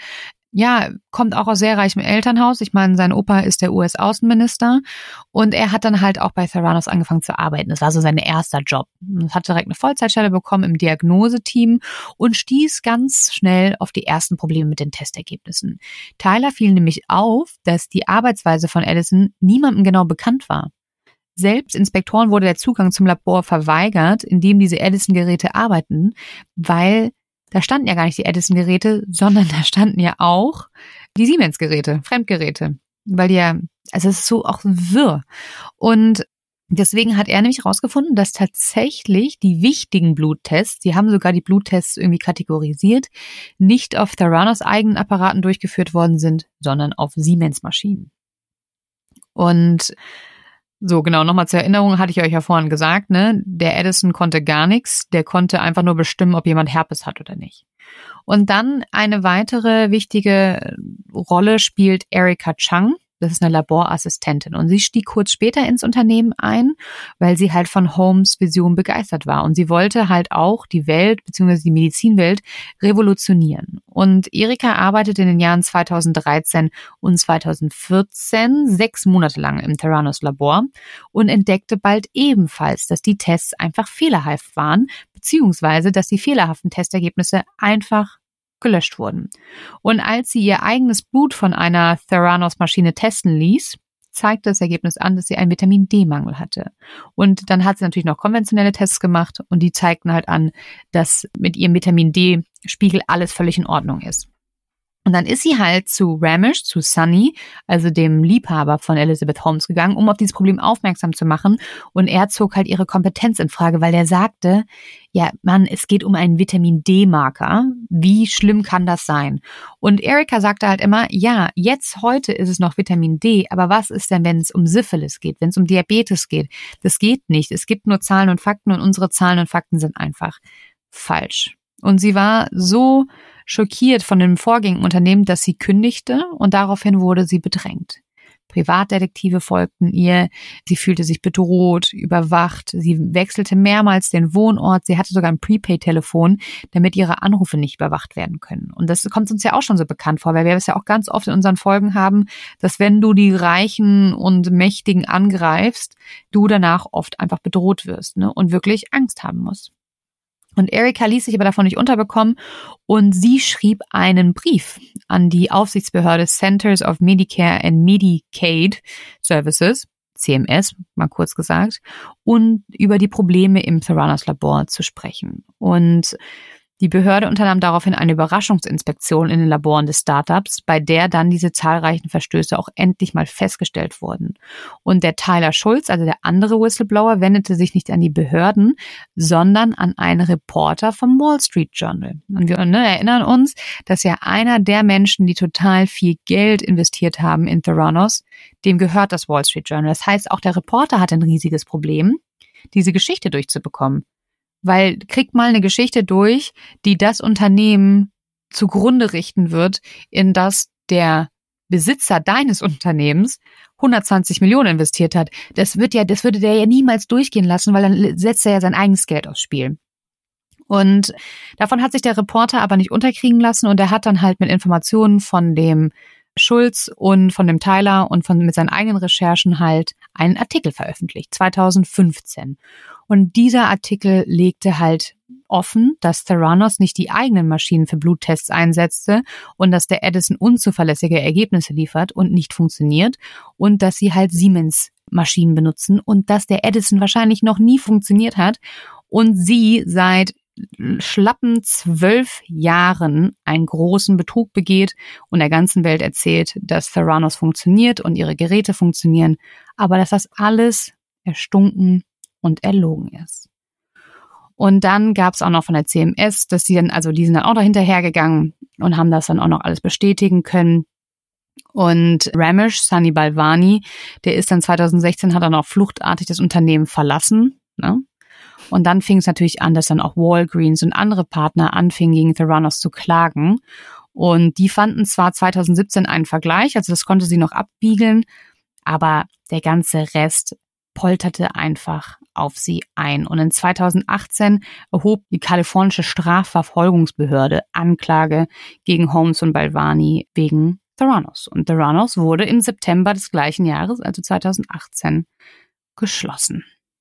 kommt auch aus sehr reichem Elternhaus. Ich meine, sein Opa ist der US-Außenminister und er hat dann halt auch bei Theranos angefangen zu arbeiten. Das war so sein erster Job. Er hat direkt eine Vollzeitstelle bekommen im Diagnoseteam und stieß ganz schnell auf die ersten Probleme mit den Testergebnissen. Tyler fiel nämlich auf, dass die Arbeitsweise von Edison niemandem genau bekannt war. Selbst Inspektoren wurde der Zugang zum Labor verweigert, in dem diese Edison-Geräte arbeiten, weil da standen ja gar nicht die Edison-Geräte, sondern da standen ja auch die Siemens-Geräte, Fremdgeräte. weil es ist so auch wirr. Und deswegen hat er nämlich herausgefunden, dass tatsächlich die wichtigen Bluttests, die haben sogar die Bluttests irgendwie kategorisiert, nicht auf Theranos eigenen Apparaten durchgeführt worden sind, sondern auf Siemens-Maschinen. Und so, genau, nochmal zur Erinnerung, hatte ich euch ja vorhin gesagt, ne? Der Edison konnte gar nichts, der konnte einfach nur bestimmen, ob jemand Herpes hat oder nicht. Und dann eine weitere wichtige Rolle spielt Erica Chung. Das ist eine Laborassistentin und sie stieg kurz später ins Unternehmen ein, weil sie halt von Holmes' Vision begeistert war und sie wollte halt auch die Welt bzw. die Medizinwelt revolutionieren. Und Erika arbeitet in den Jahren 2013 und 2014 6 Monate lang im Theranos Labor und entdeckte bald ebenfalls, dass die Tests einfach fehlerhaft waren, beziehungsweise dass die fehlerhaften Testergebnisse einfach gelöscht wurden. Und als sie ihr eigenes Blut von einer Theranos-Maschine testen ließ, zeigte das Ergebnis an, dass sie einen Vitamin-D-Mangel hatte. Und dann hat sie natürlich noch konventionelle Tests gemacht und die zeigten halt an, dass mit ihrem Vitamin-D-Spiegel alles völlig in Ordnung ist. Und dann ist sie halt zu Ramesh, zu Sonny, also dem Liebhaber von Elizabeth Holmes gegangen, um auf dieses Problem aufmerksam zu machen. Und er zog halt ihre Kompetenz in Frage, weil er sagte, ja, Mann, es geht um einen Vitamin-D-Marker. Wie schlimm kann das sein? Und Erika sagte halt immer, ja, jetzt heute ist es noch Vitamin D, aber was ist denn, wenn es um Syphilis geht, wenn es um Diabetes geht? Das geht nicht. Es gibt nur Zahlen und Fakten und unsere Zahlen und Fakten sind einfach falsch. Und sie war so schockiert von dem Vorgehen im Unternehmen, dass sie kündigte und daraufhin wurde sie bedrängt. Privatdetektive folgten ihr, sie fühlte sich bedroht, überwacht, sie wechselte mehrmals den Wohnort, sie hatte sogar ein Prepaid-Telefon, damit ihre Anrufe nicht überwacht werden können. Und das kommt uns ja auch schon so bekannt vor, weil wir es ja auch ganz oft in unseren Folgen haben, dass wenn du die Reichen und Mächtigen angreifst, du danach oft einfach bedroht wirst, ne, und wirklich Angst haben musst. Und Erika ließ sich aber davon nicht unterbekommen und sie schrieb einen Brief an die Aufsichtsbehörde Centers of Medicare and Medicaid Services, CMS, mal kurz gesagt, und über die Probleme im Theranos Labor zu sprechen. Und die Behörde unternahm daraufhin eine Überraschungsinspektion in den Laboren des Startups, bei der dann diese zahlreichen Verstöße auch endlich mal festgestellt wurden. Und der Tyler Schultz, also der andere Whistleblower, wendete sich nicht an die Behörden, sondern an einen Reporter vom Wall Street Journal. Und wir erinnern uns, dass ja einer der Menschen, die total viel Geld investiert haben in Theranos, dem gehört das Wall Street Journal. Das heißt, auch der Reporter hat ein riesiges Problem, diese Geschichte durchzubekommen. Weil krieg mal eine Geschichte durch, die das Unternehmen zugrunde richten wird, in das der Besitzer deines Unternehmens 120 Millionen investiert hat. Das würde der ja niemals durchgehen lassen, weil dann setzt er ja sein eigenes Geld aufs Spiel. Und davon hat sich der Reporter aber nicht unterkriegen lassen und er hat dann halt mit Informationen von dem Schulz und von dem Tyler und mit seinen eigenen Recherchen halt einen Artikel veröffentlicht, 2015. Und dieser Artikel legte halt offen, dass Theranos nicht die eigenen Maschinen für Bluttests einsetzte und dass der Edison unzuverlässige Ergebnisse liefert und nicht funktioniert und dass sie halt Siemens-Maschinen benutzen und dass der Edison wahrscheinlich noch nie funktioniert hat und sie seit schlappen 12 Jahren einen großen Betrug begeht und der ganzen Welt erzählt, dass Theranos funktioniert und ihre Geräte funktionieren, aber dass das alles erstunken und erlogen ist. Und dann gab es auch noch von der CMS, dass die sind dann auch noch hinterhergegangen und haben das dann auch noch alles bestätigen können. Und Ramesh, Sunny Balwani, der ist dann 2016, hat dann auch fluchtartig das Unternehmen verlassen, ne? Und dann fing es natürlich an, dass dann auch Walgreens und andere Partner anfingen, gegen Theranos zu klagen. Und die fanden zwar 2017 einen Vergleich, also das konnte sie noch abbiegeln, aber der ganze Rest polterte einfach auf sie ein. Und in 2018 erhob die kalifornische Strafverfolgungsbehörde Anklage gegen Holmes und Balwani wegen Theranos. Und Theranos wurde im September des gleichen Jahres, also 2018, geschlossen.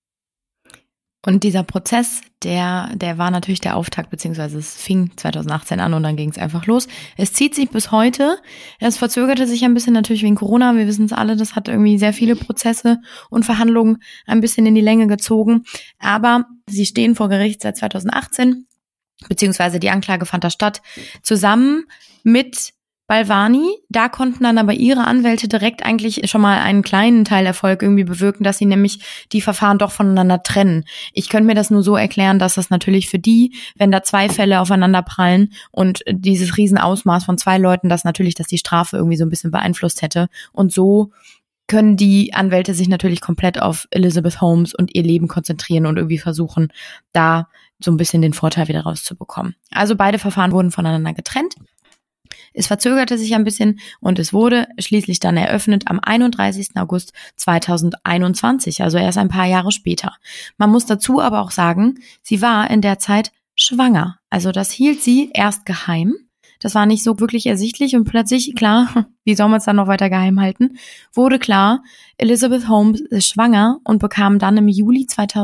Und dieser Prozess, der war natürlich der Auftakt, beziehungsweise es fing 2018 an und dann ging es einfach los. Es zieht sich bis heute. Es verzögerte sich ein bisschen natürlich wegen Corona. Wir wissen es alle, das hat irgendwie sehr viele Prozesse und Verhandlungen ein bisschen in die Länge gezogen. Aber sie stehen vor Gericht seit 2018, beziehungsweise die Anklage fand da statt, zusammen mit Balvani, da konnten dann aber ihre Anwälte direkt eigentlich schon mal einen kleinen Teilerfolg irgendwie bewirken, dass sie nämlich die Verfahren doch voneinander trennen. Ich könnte mir das nur so erklären, dass das natürlich für die, wenn da 2 Fälle aufeinander prallen und dieses Riesenausmaß von 2 Leuten, dass die Strafe irgendwie so ein bisschen beeinflusst hätte. Und so können die Anwälte sich natürlich komplett auf Elizabeth Holmes und ihr Leben konzentrieren und irgendwie versuchen, da so ein bisschen den Vorteil wieder rauszubekommen. Also beide Verfahren wurden voneinander getrennt. Es verzögerte sich ein bisschen und es wurde schließlich dann eröffnet am 31. August 2021, also erst ein paar Jahre später. Man muss dazu aber auch sagen, sie war in der Zeit schwanger. Also das hielt sie erst geheim. Das war nicht so wirklich ersichtlich und plötzlich, klar, wie soll man es dann noch weiter geheim halten, wurde klar, Elizabeth Holmes ist schwanger und bekam dann im Juli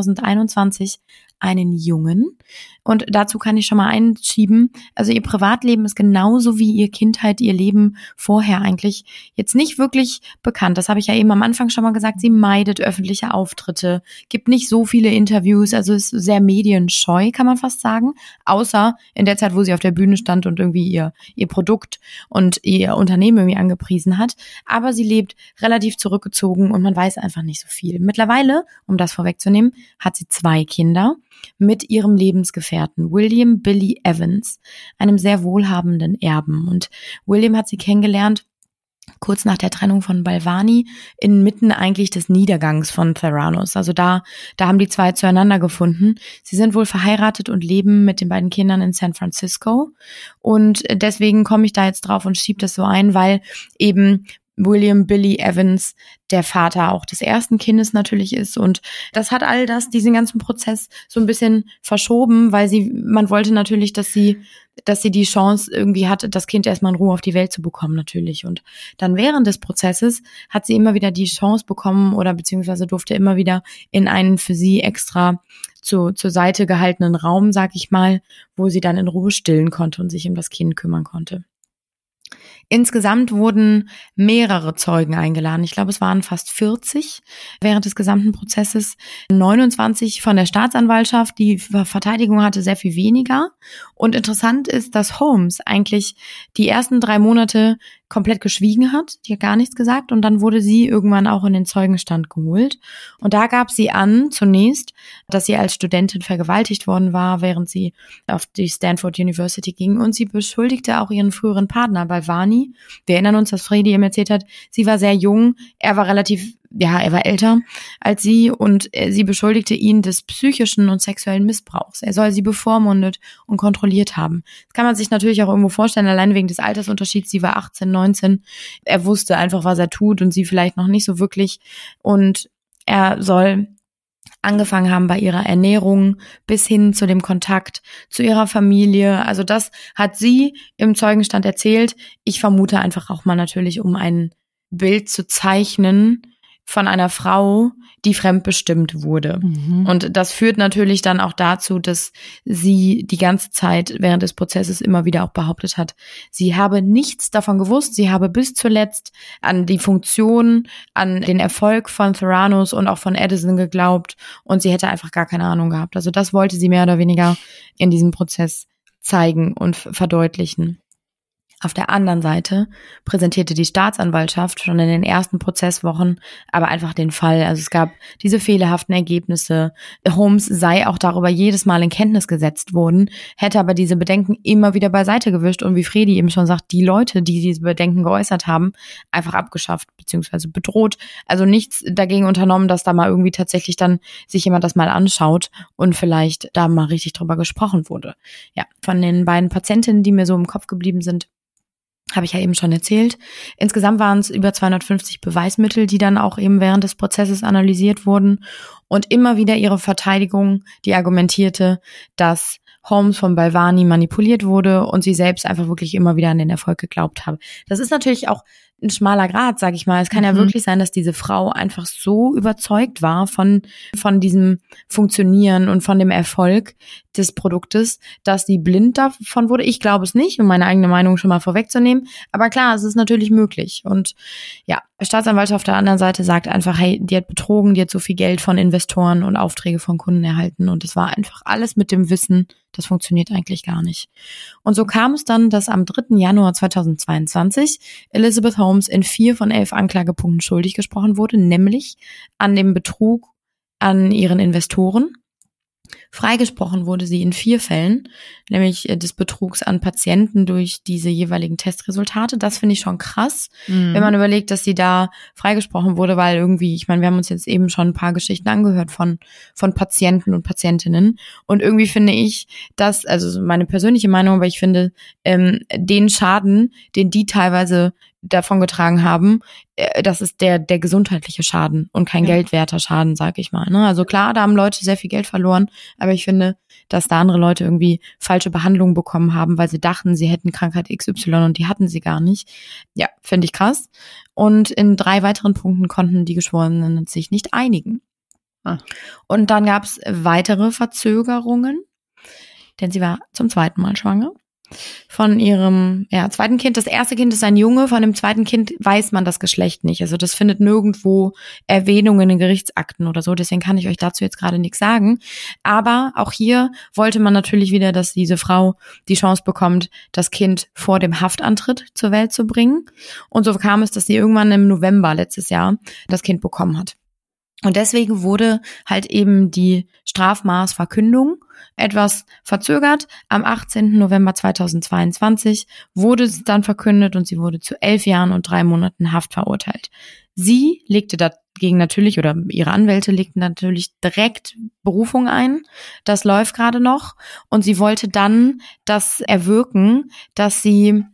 2021 einen Jungen. Und dazu kann ich schon mal einschieben, also ihr Privatleben ist genauso wie ihr Kindheit, ihr Leben vorher eigentlich jetzt nicht wirklich bekannt. Das habe ich ja eben am Anfang schon mal gesagt, sie meidet öffentliche Auftritte, gibt nicht so viele Interviews, also ist sehr medienscheu, kann man fast sagen, außer in der Zeit, wo sie auf der Bühne stand und irgendwie ihr Produkt und ihr Unternehmen irgendwie angepriesen hat. Aber sie lebt relativ zurückgezogen und man weiß einfach nicht so viel. Mittlerweile, um das vorwegzunehmen, hat sie 2 Kinder mit ihrem Lebensgefährten William Billy Evans, einem sehr wohlhabenden Erben. Und William hat sie kennengelernt kurz nach der Trennung von Balvani, inmitten eigentlich des Niedergangs von Theranos. Also da haben die 2 zueinander gefunden. Sie sind wohl verheiratet und leben mit den beiden Kindern in San Francisco. Und deswegen komme ich da jetzt drauf und schiebe das so ein, weil eben William Billy Evans der Vater auch des ersten Kindes natürlich ist. Und das hat diesen ganzen Prozess so ein bisschen verschoben, weil man wollte natürlich, dass sie die Chance irgendwie hatte, das Kind erstmal in Ruhe auf die Welt zu bekommen natürlich. Und dann während des Prozesses hat sie immer wieder die Chance bekommen oder beziehungsweise durfte immer wieder in einen für sie extra zur Seite gehaltenen Raum, sag ich mal, wo sie dann in Ruhe stillen konnte und sich um das Kind kümmern konnte. Insgesamt wurden mehrere Zeugen eingeladen. Ich glaube, es waren fast 40 während des gesamten Prozesses. 29 von der Staatsanwaltschaft. Die Verteidigung hatte sehr viel weniger. Und interessant ist, dass Holmes eigentlich die ersten 3 Monate komplett geschwiegen hat. Die hat gar nichts gesagt und dann wurde sie irgendwann auch in den Zeugenstand geholt. Und da gab sie an, zunächst, dass sie als Studentin vergewaltigt worden war, während sie auf die Stanford University ging. Und sie beschuldigte auch ihren früheren Partner Balvani. Wir erinnern uns, dass Fredi ihm erzählt hat, sie war sehr jung, er war älter als sie und sie beschuldigte ihn des psychischen und sexuellen Missbrauchs. Er soll sie bevormundet und kontrolliert haben. Das kann man sich natürlich auch irgendwo vorstellen, allein wegen des Altersunterschieds. Sie war 18, 19. Er wusste einfach, was er tut und sie vielleicht noch nicht so wirklich. Und er soll angefangen haben bei ihrer Ernährung bis hin zu dem Kontakt zu ihrer Familie. Also das hat sie im Zeugenstand erzählt. Ich vermute einfach auch mal natürlich, um ein Bild zu zeichnen von einer Frau, die fremdbestimmt wurde. Mhm. Und das führt natürlich dann auch dazu, dass sie die ganze Zeit während des Prozesses immer wieder auch behauptet hat, sie habe nichts davon gewusst, sie habe bis zuletzt an die Funktion, an den Erfolg von Theranos und auch von Edison geglaubt und sie hätte einfach gar keine Ahnung gehabt. Also das wollte sie mehr oder weniger in diesem Prozess zeigen und verdeutlichen. Auf der anderen Seite präsentierte die Staatsanwaltschaft schon in den ersten Prozesswochen aber einfach den Fall. Also es gab diese fehlerhaften Ergebnisse. Holmes sei auch darüber jedes Mal in Kenntnis gesetzt worden, hätte aber diese Bedenken immer wieder beiseite gewischt und wie Fredi eben schon sagt, die Leute, die diese Bedenken geäußert haben, einfach abgeschafft bzw. bedroht. Also nichts dagegen unternommen, dass da mal irgendwie tatsächlich dann sich jemand das mal anschaut und vielleicht da mal richtig drüber gesprochen wurde. Ja, von den beiden Patientinnen, die mir so im Kopf geblieben sind, habe ich ja eben schon erzählt. Insgesamt waren es über 250 Beweismittel, die dann auch eben während des Prozesses analysiert wurden. Und immer wieder ihre Verteidigung, die argumentierte, dass Holmes von Balvani manipuliert wurde und sie selbst einfach wirklich immer wieder an den Erfolg geglaubt habe. Das ist natürlich auch ein schmaler Grat, sag ich mal. Es kann ja wirklich sein, dass diese Frau einfach so überzeugt war von diesem Funktionieren und von dem Erfolg des Produktes, dass sie blind davon wurde. Ich glaube es nicht, um meine eigene Meinung schon mal vorwegzunehmen. Aber klar, es ist natürlich möglich. Und ja, die Staatsanwaltschaft auf der anderen Seite sagt einfach, hey, die hat betrogen, die hat so viel Geld von Investoren und Aufträge von Kunden erhalten. Und es war einfach alles mit dem Wissen, das funktioniert eigentlich gar nicht. Und so kam es dann, dass am 3. Januar 2022 Elizabeth Holmes in 4 von 11 Anklagepunkten schuldig gesprochen wurde, nämlich an dem Betrug an ihren Investoren. Freigesprochen wurde sie in 4 Fällen, nämlich des Betrugs an Patienten durch diese jeweiligen Testresultate. Das finde ich schon krass, wenn man überlegt, dass sie da freigesprochen wurde, weil irgendwie, ich meine, wir haben uns jetzt eben schon ein paar Geschichten angehört von Patienten und Patientinnen. Und irgendwie finde ich, dass, also meine persönliche Meinung, aber ich finde, den Schaden, den die teilweise davongetragen haben, das ist der gesundheitliche Schaden und kein geldwerter Schaden, sag ich mal. Ne? Also klar, da haben Leute sehr viel Geld verloren, aber ich finde, dass da andere Leute irgendwie falsche Behandlungen bekommen haben, weil sie dachten, sie hätten Krankheit XY und die hatten sie gar nicht. Ja, finde ich krass. Und in 3 weiteren Punkten konnten die Geschworenen sich nicht einigen. Und dann gab es weitere Verzögerungen, denn sie war zum 2. Mal schwanger. Von ihrem zweiten Kind. Das erste Kind ist ein Junge, von dem zweiten Kind weiß man das Geschlecht nicht. Also das findet nirgendwo Erwähnungen in Gerichtsakten oder so. Deswegen kann ich euch dazu jetzt gerade nichts sagen. Aber auch hier wollte man natürlich wieder, dass diese Frau die Chance bekommt, das Kind vor dem Haftantritt zur Welt zu bringen. Und so kam es, dass sie irgendwann im November letztes Jahr das Kind bekommen hat. Und deswegen wurde halt eben die Strafmaßverkündung etwas verzögert. Am 18. November 2022 wurde sie dann verkündet und sie wurde zu 11 Jahren und 3 Monaten Haft verurteilt. Sie legte dagegen natürlich, oder ihre Anwälte legten natürlich direkt Berufung ein. Das läuft gerade noch. Und sie wollte dann das erwirken, dass sie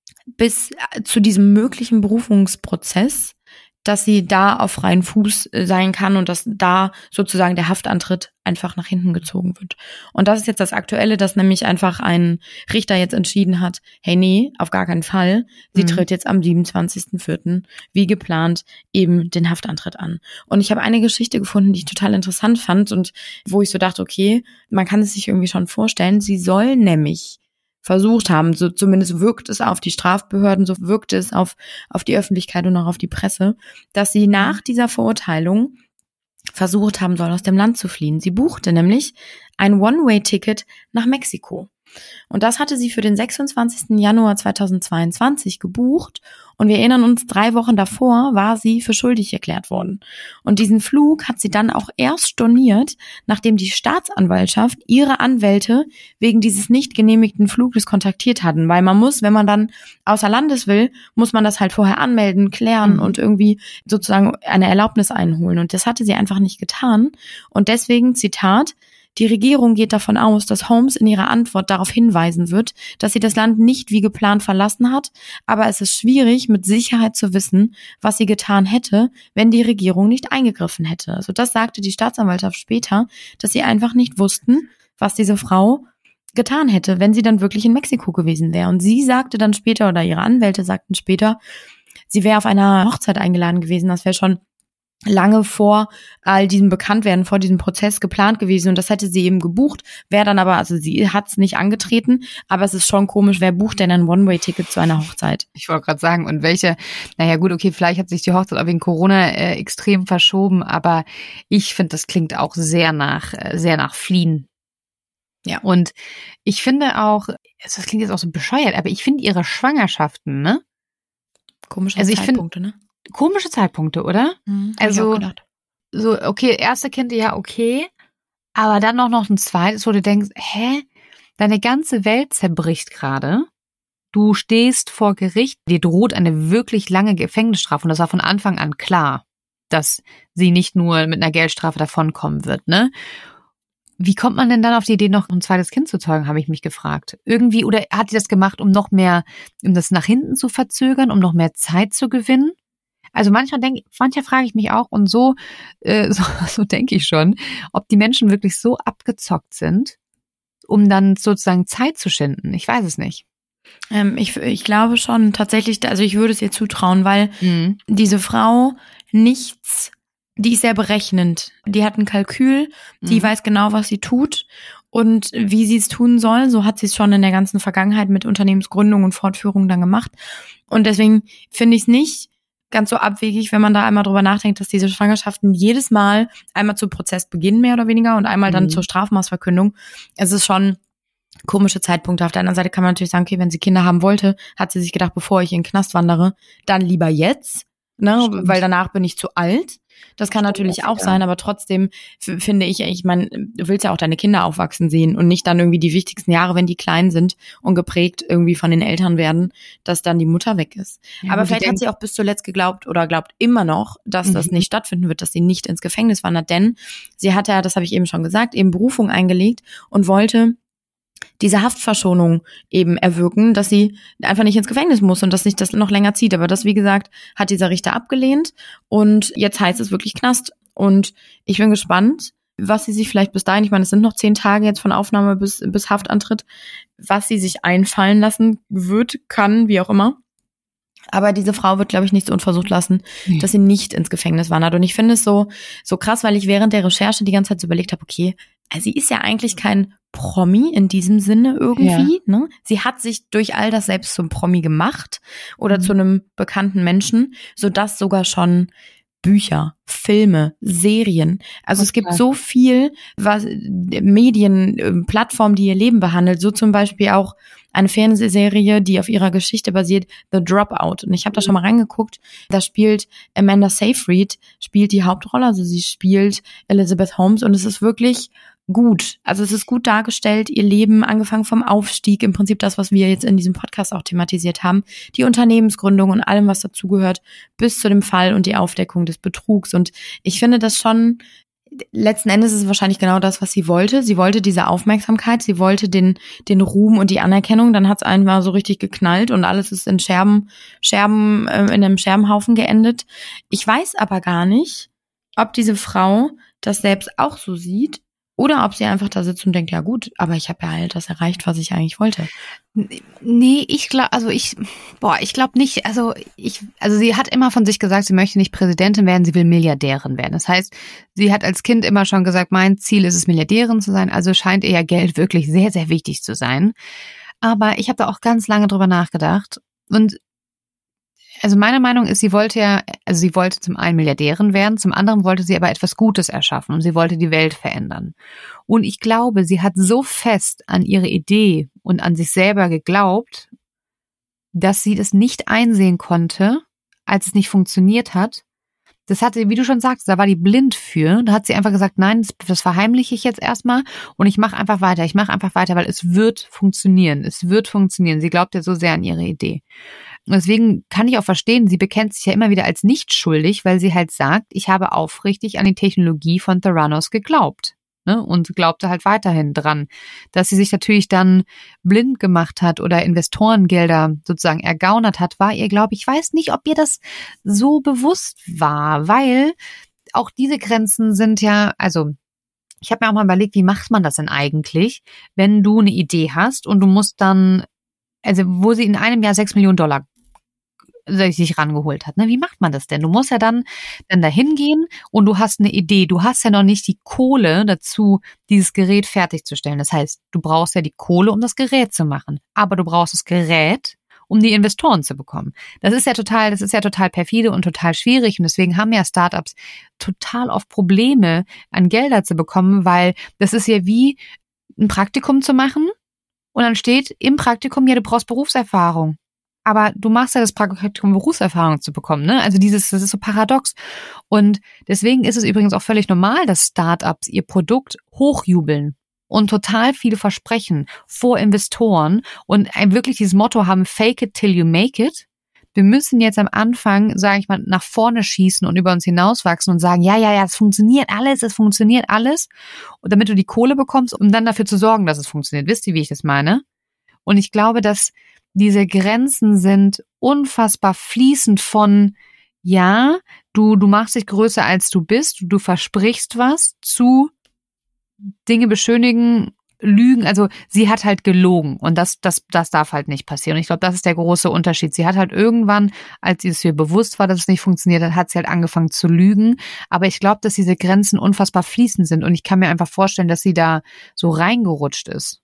bis zu diesem möglichen Berufungsprozess, dass sie da auf freien Fuß sein kann und dass da sozusagen der Haftantritt einfach nach hinten gezogen wird. Und das ist jetzt das Aktuelle, dass nämlich einfach ein Richter jetzt entschieden hat, hey, nee, auf gar keinen Fall. Sie tritt jetzt am 27.04. wie geplant eben den Haftantritt an. Und ich habe eine Geschichte gefunden, die ich total interessant fand und wo ich so dachte, okay, man kann es sich irgendwie schon vorstellen. Sie soll nämlich versucht haben, so zumindest wirkt es auf die Strafbehörden, so wirkt es auf die Öffentlichkeit und auch auf die Presse, dass sie nach dieser Verurteilung versucht haben soll, aus dem Land zu fliehen. Sie buchte nämlich ein One-Way-Ticket nach Mexiko. Und das hatte sie für den 26. Januar 2022 gebucht. Und wir erinnern uns, 3 Wochen davor war sie für schuldig erklärt worden. Und diesen Flug hat sie dann auch erst storniert, nachdem die Staatsanwaltschaft ihre Anwälte wegen dieses nicht genehmigten Fluges kontaktiert hatten. Weil man muss, wenn man dann außer Landes will, muss man das halt vorher anmelden, klären und irgendwie sozusagen eine Erlaubnis einholen. Und das hatte sie einfach nicht getan. Und deswegen, Zitat, die Regierung geht davon aus, dass Holmes in ihrer Antwort darauf hinweisen wird, dass sie das Land nicht wie geplant verlassen hat, aber es ist schwierig, mit Sicherheit zu wissen, was sie getan hätte, wenn die Regierung nicht eingegriffen hätte. Also das sagte die Staatsanwaltschaft später, dass sie einfach nicht wussten, was diese Frau getan hätte, wenn sie dann wirklich in Mexiko gewesen wäre. Und sie sagte dann später, oder ihre Anwälte sagten später, sie wäre auf einer Hochzeit eingeladen gewesen, das wäre schon lange vor all diesem Bekanntwerden, vor diesem Prozess geplant gewesen und das hätte sie eben gebucht, wäre dann aber, also sie hat es nicht angetreten, aber es ist schon komisch, wer bucht denn ein One-Way-Ticket zu einer Hochzeit? Ich wollte gerade sagen, und welche, naja gut, okay, vielleicht hat sich die Hochzeit auch wegen Corona extrem verschoben, aber ich finde, das klingt auch sehr nach Fliehen. Ja. Und ich finde auch, das klingt jetzt auch so bescheuert, aber ich finde ihre Schwangerschaften, ne? Komische Zeitpunkte, ne? Komische Zeitpunkte, oder? Also, so, okay, erste Kind, ja, okay. Aber dann noch ein zweites, wo du denkst, deine ganze Welt zerbricht gerade. Du stehst vor Gericht, dir droht eine wirklich lange Gefängnisstrafe. Und das war von Anfang an klar, dass sie nicht nur mit einer Geldstrafe davonkommen wird, ne? Wie kommt man denn dann auf die Idee, noch ein zweites Kind zu zeugen, habe ich mich gefragt. Irgendwie, oder hat sie das gemacht, um das nach hinten zu verzögern, um noch mehr Zeit zu gewinnen? Also manchmal frage ich mich auch, und so denke ich schon, ob die Menschen wirklich so abgezockt sind, um dann sozusagen Zeit zu schinden. Ich weiß es nicht. Ich glaube schon tatsächlich, also ich würde es ihr zutrauen, weil diese Frau die ist sehr berechnend. Die hat ein Kalkül, die weiß genau, was sie tut und wie sie es tun soll. So hat sie es schon in der ganzen Vergangenheit mit Unternehmensgründung und Fortführung dann gemacht. Und deswegen finde ich es nicht ganz so abwegig, wenn man da einmal drüber nachdenkt, dass diese Schwangerschaften jedes Mal einmal zu Prozessbeginn mehr oder weniger und einmal dann zur Strafmaßverkündung. Es ist schon komische Zeitpunkte. Auf der anderen Seite kann man natürlich sagen, okay, wenn sie Kinder haben wollte, hat sie sich gedacht, bevor ich in den Knast wandere, dann lieber jetzt, ne, weil danach bin ich zu alt. Das kann natürlich auch sein, aber trotzdem finde ich meine, du willst ja auch deine Kinder aufwachsen sehen und nicht dann irgendwie die wichtigsten Jahre, wenn die klein sind und geprägt irgendwie von den Eltern werden, dass dann die Mutter weg ist. Ja, aber vielleicht hat sie auch bis zuletzt geglaubt oder glaubt immer noch, dass das nicht stattfinden wird, dass sie nicht ins Gefängnis wandert, denn sie hat ja, das habe ich eben schon gesagt, eben Berufung eingelegt und wollte diese Haftverschonung eben erwirken, dass sie einfach nicht ins Gefängnis muss und dass sich das noch länger zieht. Aber das, wie gesagt, hat dieser Richter abgelehnt und jetzt heißt es wirklich Knast. Und ich bin gespannt, was sie sich vielleicht bis dahin, ich meine, es sind noch 10 Tage jetzt von Aufnahme bis Haftantritt, was sie sich einfallen lassen wird, kann, wie auch immer. Aber diese Frau wird, glaube ich, nichts unversucht lassen, dass sie nicht ins Gefängnis wandert. Und ich finde es so krass, weil ich während der Recherche die ganze Zeit so überlegt habe, okay, also sie ist ja eigentlich kein Promi in diesem Sinne irgendwie, ne? Sie hat sich durch all das selbst zum Promi gemacht oder zu einem bekannten Menschen, sodass sogar schon Bücher, Filme, Serien, also es gibt so viel, was Medien, Plattformen, die ihr Leben behandelt, so zum Beispiel auch eine Fernsehserie, die auf ihrer Geschichte basiert, The Dropout. Und ich habe da schon mal reingeguckt, da spielt Amanda Seyfried, spielt die Hauptrolle, also sie spielt Elizabeth Holmes und es ist wirklich gut. Also es ist gut dargestellt, ihr Leben, angefangen vom Aufstieg, im Prinzip das, was wir jetzt in diesem Podcast auch thematisiert haben, die Unternehmensgründung und allem, was dazugehört, bis zu dem Fall und die Aufdeckung des Betrugs. Und ich finde das schon, letzten Endes ist es wahrscheinlich genau das, was sie wollte. Sie wollte diese Aufmerksamkeit, sie wollte den Ruhm und die Anerkennung, dann hat es einmal so richtig geknallt und alles ist in in einem Scherbenhaufen geendet. Ich weiß aber gar nicht, ob diese Frau das selbst auch so sieht, oder ob sie einfach da sitzt und denkt, ja gut, aber ich habe ja halt das erreicht, was ich eigentlich wollte. Nee, ich glaube nicht. Also sie hat immer von sich gesagt, sie möchte nicht Präsidentin werden, sie will Milliardärin werden. Das heißt, sie hat als Kind immer schon gesagt, mein Ziel ist es, Milliardärin zu sein. Also scheint ihr ja Geld wirklich sehr, sehr wichtig zu sein. Aber ich habe da auch ganz lange drüber nachgedacht und also meine Meinung ist, sie wollte zum einen Milliardärin werden, zum anderen wollte sie aber etwas Gutes erschaffen und sie wollte die Welt verändern. Und ich glaube, sie hat so fest an ihre Idee und an sich selber geglaubt, dass sie das nicht einsehen konnte, als es nicht funktioniert hat. Das hatte, wie du schon sagst, da war die blind für. Da hat sie einfach gesagt, nein, das verheimliche ich jetzt erstmal und ich mache einfach weiter, weil es wird funktionieren. Es wird funktionieren. Sie glaubt ja so sehr an ihre Idee. Und deswegen kann ich auch verstehen, sie bekennt sich ja immer wieder als nicht schuldig, weil sie halt sagt, ich habe aufrichtig an die Technologie von Theranos geglaubt. Ne? Und glaubte halt weiterhin dran. Dass sie sich natürlich dann blind gemacht hat oder Investorengelder sozusagen ergaunert hat, war ihr, glaube ich, weiß nicht, ob ihr das so bewusst war, weil auch diese Grenzen sind ja, also ich habe mir auch mal überlegt, wie macht man das denn eigentlich, wenn du eine Idee hast und du musst dann, also wo sie in einem Jahr $6 Millionen sich rangeholt hat. Ne? Wie macht man das denn? Du musst ja dann dahin gehen und du hast eine Idee. Du hast ja noch nicht die Kohle dazu, dieses Gerät fertigzustellen. Das heißt, du brauchst ja die Kohle, um das Gerät zu machen. Aber du brauchst das Gerät, um die Investoren zu bekommen. Das ist ja total perfide und total schwierig. Und deswegen haben ja Startups total oft Probleme, an Gelder zu bekommen, weil das ist ja wie ein Praktikum zu machen. Und dann steht im Praktikum, ja, du brauchst Berufserfahrung. Aber du machst ja das Praktikum, Berufserfahrung zu bekommen, ne? Also das ist so paradox. Und deswegen ist es übrigens auch völlig normal, dass Startups ihr Produkt hochjubeln und total viele versprechen vor Investoren und wirklich dieses Motto haben, fake it till you make it. Wir müssen jetzt am Anfang, sage ich mal, nach vorne schießen und über uns hinauswachsen und sagen, ja, es funktioniert alles. Und damit du die Kohle bekommst, um dann dafür zu sorgen, dass es funktioniert. Wisst ihr, wie ich das meine? Und ich glaube, dass diese Grenzen sind unfassbar fließend von, ja, du machst dich größer als du bist, du versprichst was, zu Dinge beschönigen, Lügen, also sie hat halt gelogen und das darf halt nicht passieren. Und ich glaube, das ist der große Unterschied. Sie hat halt irgendwann, als es ihr bewusst war, dass es nicht funktioniert hat, hat sie halt angefangen zu lügen. Aber ich glaube, dass diese Grenzen unfassbar fließend sind und ich kann mir einfach vorstellen, dass sie da so reingerutscht ist.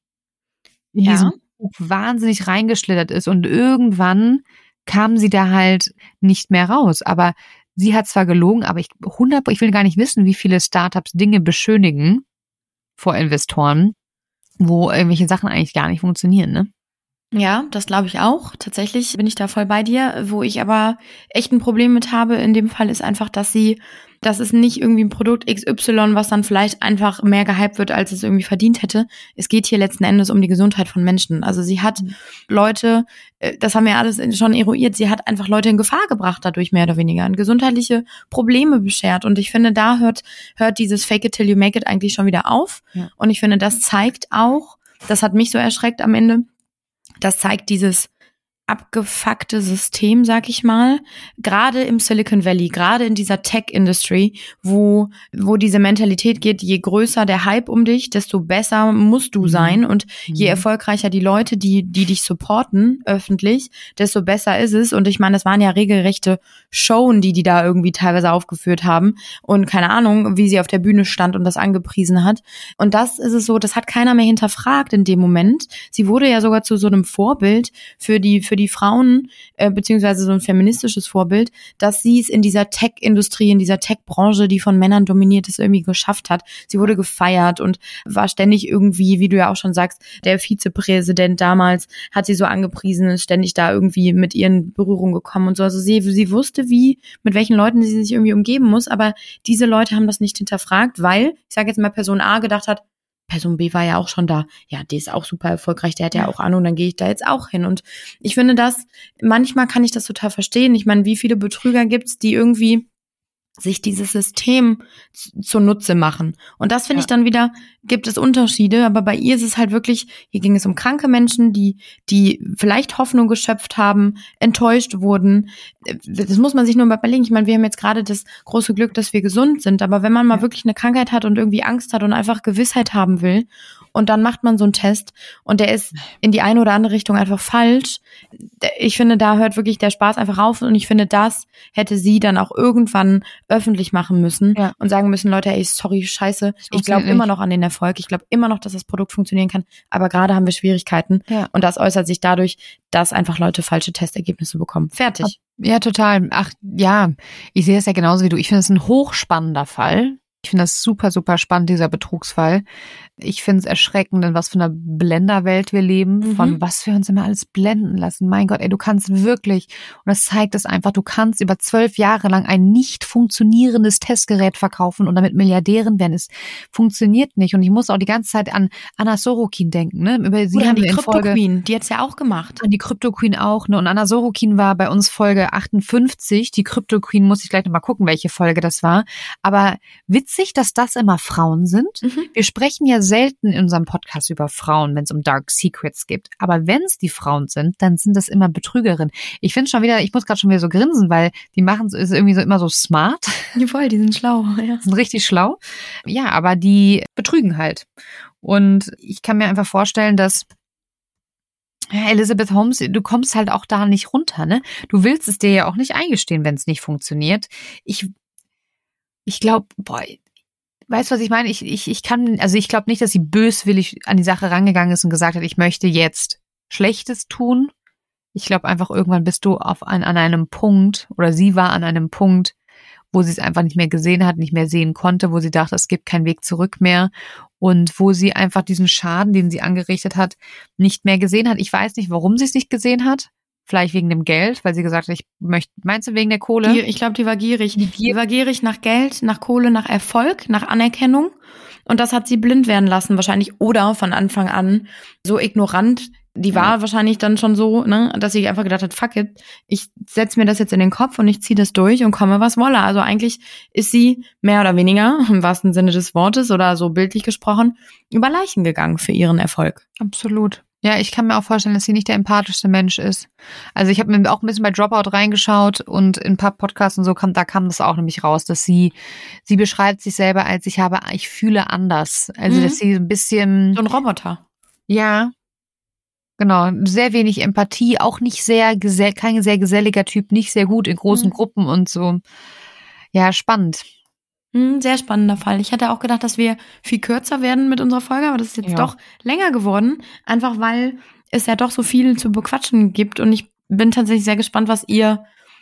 In diesem Buch wahnsinnig reingeschlittert ist und irgendwann kam sie da halt nicht mehr raus. Aber sie hat zwar gelogen, aber ich will gar nicht wissen, wie viele Startups Dinge beschönigen vor Investoren, wo irgendwelche Sachen eigentlich gar nicht funktionieren, ne? Ja, das glaube ich auch. Tatsächlich bin ich da voll bei dir. Wo ich aber echt ein Problem mit habe in dem Fall ist einfach, das ist nicht irgendwie ein Produkt XY, was dann vielleicht einfach mehr gehypt wird, als es irgendwie verdient hätte. Es geht hier letzten Endes um die Gesundheit von Menschen. Also sie hat Leute, das haben wir alles schon eruiert, sie hat einfach Leute in Gefahr gebracht dadurch mehr oder weniger, und gesundheitliche Probleme beschert. Und ich finde, da hört dieses Fake it till you make it eigentlich schon wieder auf. Ja. Und ich finde, das zeigt auch, das hat mich so erschreckt am Ende, das zeigt dieses abgefuckte System, sag ich mal, gerade im Silicon Valley, gerade in dieser Tech-Industry, wo diese Mentalität geht, je größer der Hype um dich, desto besser musst du sein, und je erfolgreicher die Leute, die dich supporten öffentlich, desto besser ist es. Und ich meine, das waren ja regelrechte Showen, die da irgendwie teilweise aufgeführt haben, und keine Ahnung, wie sie auf der Bühne stand und das angepriesen hat. Und das ist es so, das hat keiner mehr hinterfragt in dem Moment. Sie wurde ja sogar zu so einem Vorbild für die Frauen, beziehungsweise so ein feministisches Vorbild, dass sie es in dieser Tech-Industrie, in dieser Tech-Branche, die von Männern dominiert ist, irgendwie geschafft hat. Sie wurde gefeiert und war ständig irgendwie, wie du ja auch schon sagst, der Vizepräsident damals hat sie so angepriesen, ist ständig da irgendwie mit ihren Berührungen gekommen und so. Also sie wusste, mit welchen Leuten sie sich irgendwie umgeben muss, aber diese Leute haben das nicht hinterfragt, weil, ich sage jetzt mal, Person A gedacht hat, Person B war ja auch schon da. Ja, die ist auch super erfolgreich, der hat ja auch Ahnung, dann gehe ich da jetzt auch hin. Und ich finde manchmal kann ich das total verstehen. Ich meine, wie viele Betrüger gibt's, die irgendwie sich dieses System zunutze machen. Und das finde ich dann wieder, gibt es Unterschiede, aber bei ihr ist es halt wirklich, hier ging es um kranke Menschen, die vielleicht Hoffnung geschöpft haben, enttäuscht wurden. Das muss man sich nur mal überlegen. Ich meine, wir haben jetzt gerade das große Glück, dass wir gesund sind, aber wenn man mal wirklich eine Krankheit hat und irgendwie Angst hat und einfach Gewissheit haben will, und dann macht man so einen Test und der ist in die eine oder andere Richtung einfach falsch. Ich finde, da hört wirklich der Spaß einfach auf, und ich finde, das hätte sie dann auch irgendwann öffentlich machen müssen und sagen müssen, Leute, ey, sorry, scheiße, ich glaube immer noch an den Erfolg, ich glaube immer noch, dass das Produkt funktionieren kann, aber gerade haben wir Schwierigkeiten, und das äußert sich dadurch, dass einfach Leute falsche Testergebnisse bekommen. Fertig. Ja, total. Ach ja, ich sehe das ja genauso wie du. Ich finde es ein hochspannender Fall. Ich finde das super, super spannend, dieser Betrugsfall. Ich finde es erschreckend, in was für einer Blenderwelt wir leben, von was wir uns immer alles blenden lassen. Mein Gott, ey, du kannst wirklich, und das zeigt es einfach, du kannst über 12 Jahre lang ein nicht funktionierendes Testgerät verkaufen und damit Milliardärin werden. Es funktioniert nicht. Und ich muss auch die ganze Zeit an Anna Sorokin denken, ne? Über sie oder haben die Crypto Queen, die hat's ja auch gemacht. Und die Crypto Queen auch, ne? Und Anna Sorokin war bei uns Folge 58. Die Crypto Queen, muss ich gleich noch mal gucken, welche Folge das war. Aber witzig, dass das immer Frauen sind. Wir sprechen ja selten in unserem Podcast über Frauen, wenn es um Dark Secrets geht. Aber wenn es die Frauen sind, dann sind das immer Betrügerinnen. Ich finde schon wieder, ich muss gerade schon wieder so grinsen, weil die machen es irgendwie so immer so smart. Ja, voll, die sind schlau. Ja. Sind richtig schlau. Ja, aber die betrügen halt. Und ich kann mir einfach vorstellen, dass Elizabeth Holmes, du kommst halt auch da nicht runter, ne? Du willst es dir ja auch nicht eingestehen, wenn es nicht funktioniert. Ich glaube, weißt du, was ich meine? Ich glaube nicht, dass sie böswillig an die Sache rangegangen ist und gesagt hat, ich möchte jetzt Schlechtes tun. Ich glaube einfach, irgendwann bist du an einem Punkt, oder sie war an einem Punkt, wo sie es einfach nicht mehr gesehen hat, nicht mehr sehen konnte, wo sie dachte, es gibt keinen Weg zurück mehr, und wo sie einfach diesen Schaden, den sie angerichtet hat, nicht mehr gesehen hat. Ich weiß nicht, warum sie es nicht gesehen hat. Vielleicht wegen dem Geld, weil sie gesagt hat, meinst du wegen der Kohle? Ich glaube, die war gierig. Die war gierig nach Geld, nach Kohle, nach Erfolg, nach Anerkennung. Und das hat sie blind werden lassen wahrscheinlich. Oder von Anfang an so ignorant. Die war wahrscheinlich dann schon so, ne, dass sie einfach gedacht hat, fuck it, ich setze mir das jetzt in den Kopf und ich ziehe das durch und komme, was wolle. Also eigentlich ist sie mehr oder weniger, im wahrsten Sinne des Wortes oder so bildlich gesprochen, über Leichen gegangen für ihren Erfolg. Absolut. Ja, ich kann mir auch vorstellen, dass sie nicht der empathischste Mensch ist. Also ich habe mir auch ein bisschen bei Dropout reingeschaut und in ein paar Podcasts und so kam das auch nämlich raus, dass sie beschreibt sich selber als ich fühle anders. Also dass sie ein bisschen so ein Roboter. Ja, genau, sehr wenig Empathie, auch nicht kein sehr geselliger Typ, nicht sehr gut in großen Gruppen und so. Ja, spannend. Sehr spannender Fall. Ich hatte auch gedacht, dass wir viel kürzer werden mit unserer Folge, aber das ist jetzt doch länger geworden, einfach weil es ja doch so viel zu bequatschen gibt und ich bin tatsächlich sehr gespannt, was ihr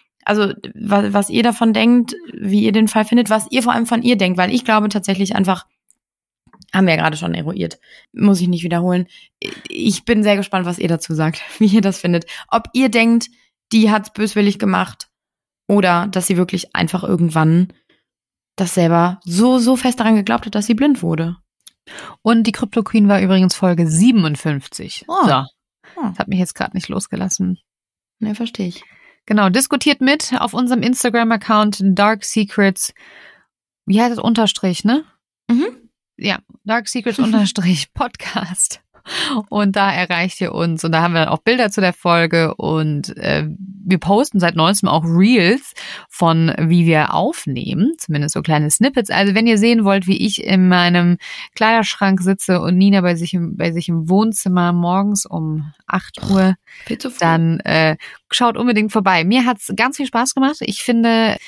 davon denkt, wie ihr den Fall findet, was ihr vor allem von ihr denkt, weil ich glaube tatsächlich einfach, haben wir ja gerade schon eruiert, muss ich nicht wiederholen. Ich bin sehr gespannt, was ihr dazu sagt, wie ihr das findet. Ob ihr denkt, die hat's böswillig gemacht oder dass sie wirklich einfach irgendwann das selber so fest daran geglaubt hat, dass sie blind wurde. Und die Crypto Queen war übrigens Folge 57. Oh. So. Das hat mich jetzt gerade nicht losgelassen. Ne, verstehe ich. Genau, diskutiert mit auf unserem Instagram-Account Dark Secrets. Wie heißt das? Unterstrich, ne? Ja, Dark Secrets Unterstrich Podcast. Und da erreicht ihr uns. Und da haben wir dann auch Bilder zu der Folge. Und wir posten seit neuestem auch Reels von, wie wir aufnehmen. Zumindest so kleine Snippets. Also wenn ihr sehen wollt, wie ich in meinem Kleiderschrank sitze und Nina bei sich im Wohnzimmer morgens um 8 Uhr, dann schaut unbedingt vorbei. Mir hat's ganz viel Spaß gemacht. Ich finde,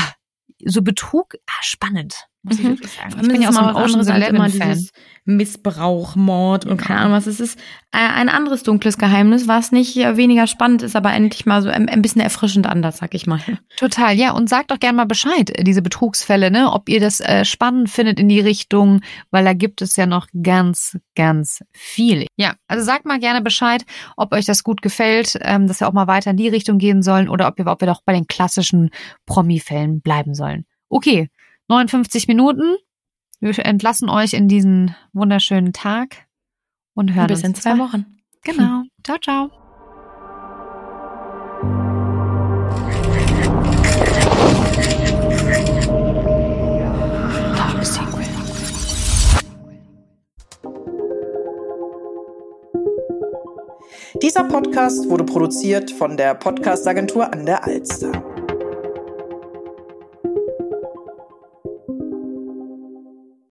so Betrug, spannend. Muss ich wirklich sagen. Ich bin ja auch so ein Ocean's 11-Fan. Missbrauch, Mord und keine Ahnung was. Es ist ein anderes dunkles Geheimnis, was nicht weniger spannend ist, aber endlich mal so ein bisschen erfrischend anders, sag ich mal. Total, ja. Und sagt doch gerne mal Bescheid, diese Betrugsfälle, ne? Ob ihr das spannend findet in die Richtung, weil da gibt es ja noch ganz, ganz viel. Ja, also sagt mal gerne Bescheid, ob euch das gut gefällt, dass wir auch mal weiter in die Richtung gehen sollen oder ob wir doch bei den klassischen Promi-Fällen bleiben sollen. Okay. 59 Minuten. Wir entlassen euch in diesen wunderschönen Tag und hören uns bis in 2 Wochen. Genau. Ciao, ciao. Dieser Podcast wurde produziert von der Podcast-Agentur an der Alster.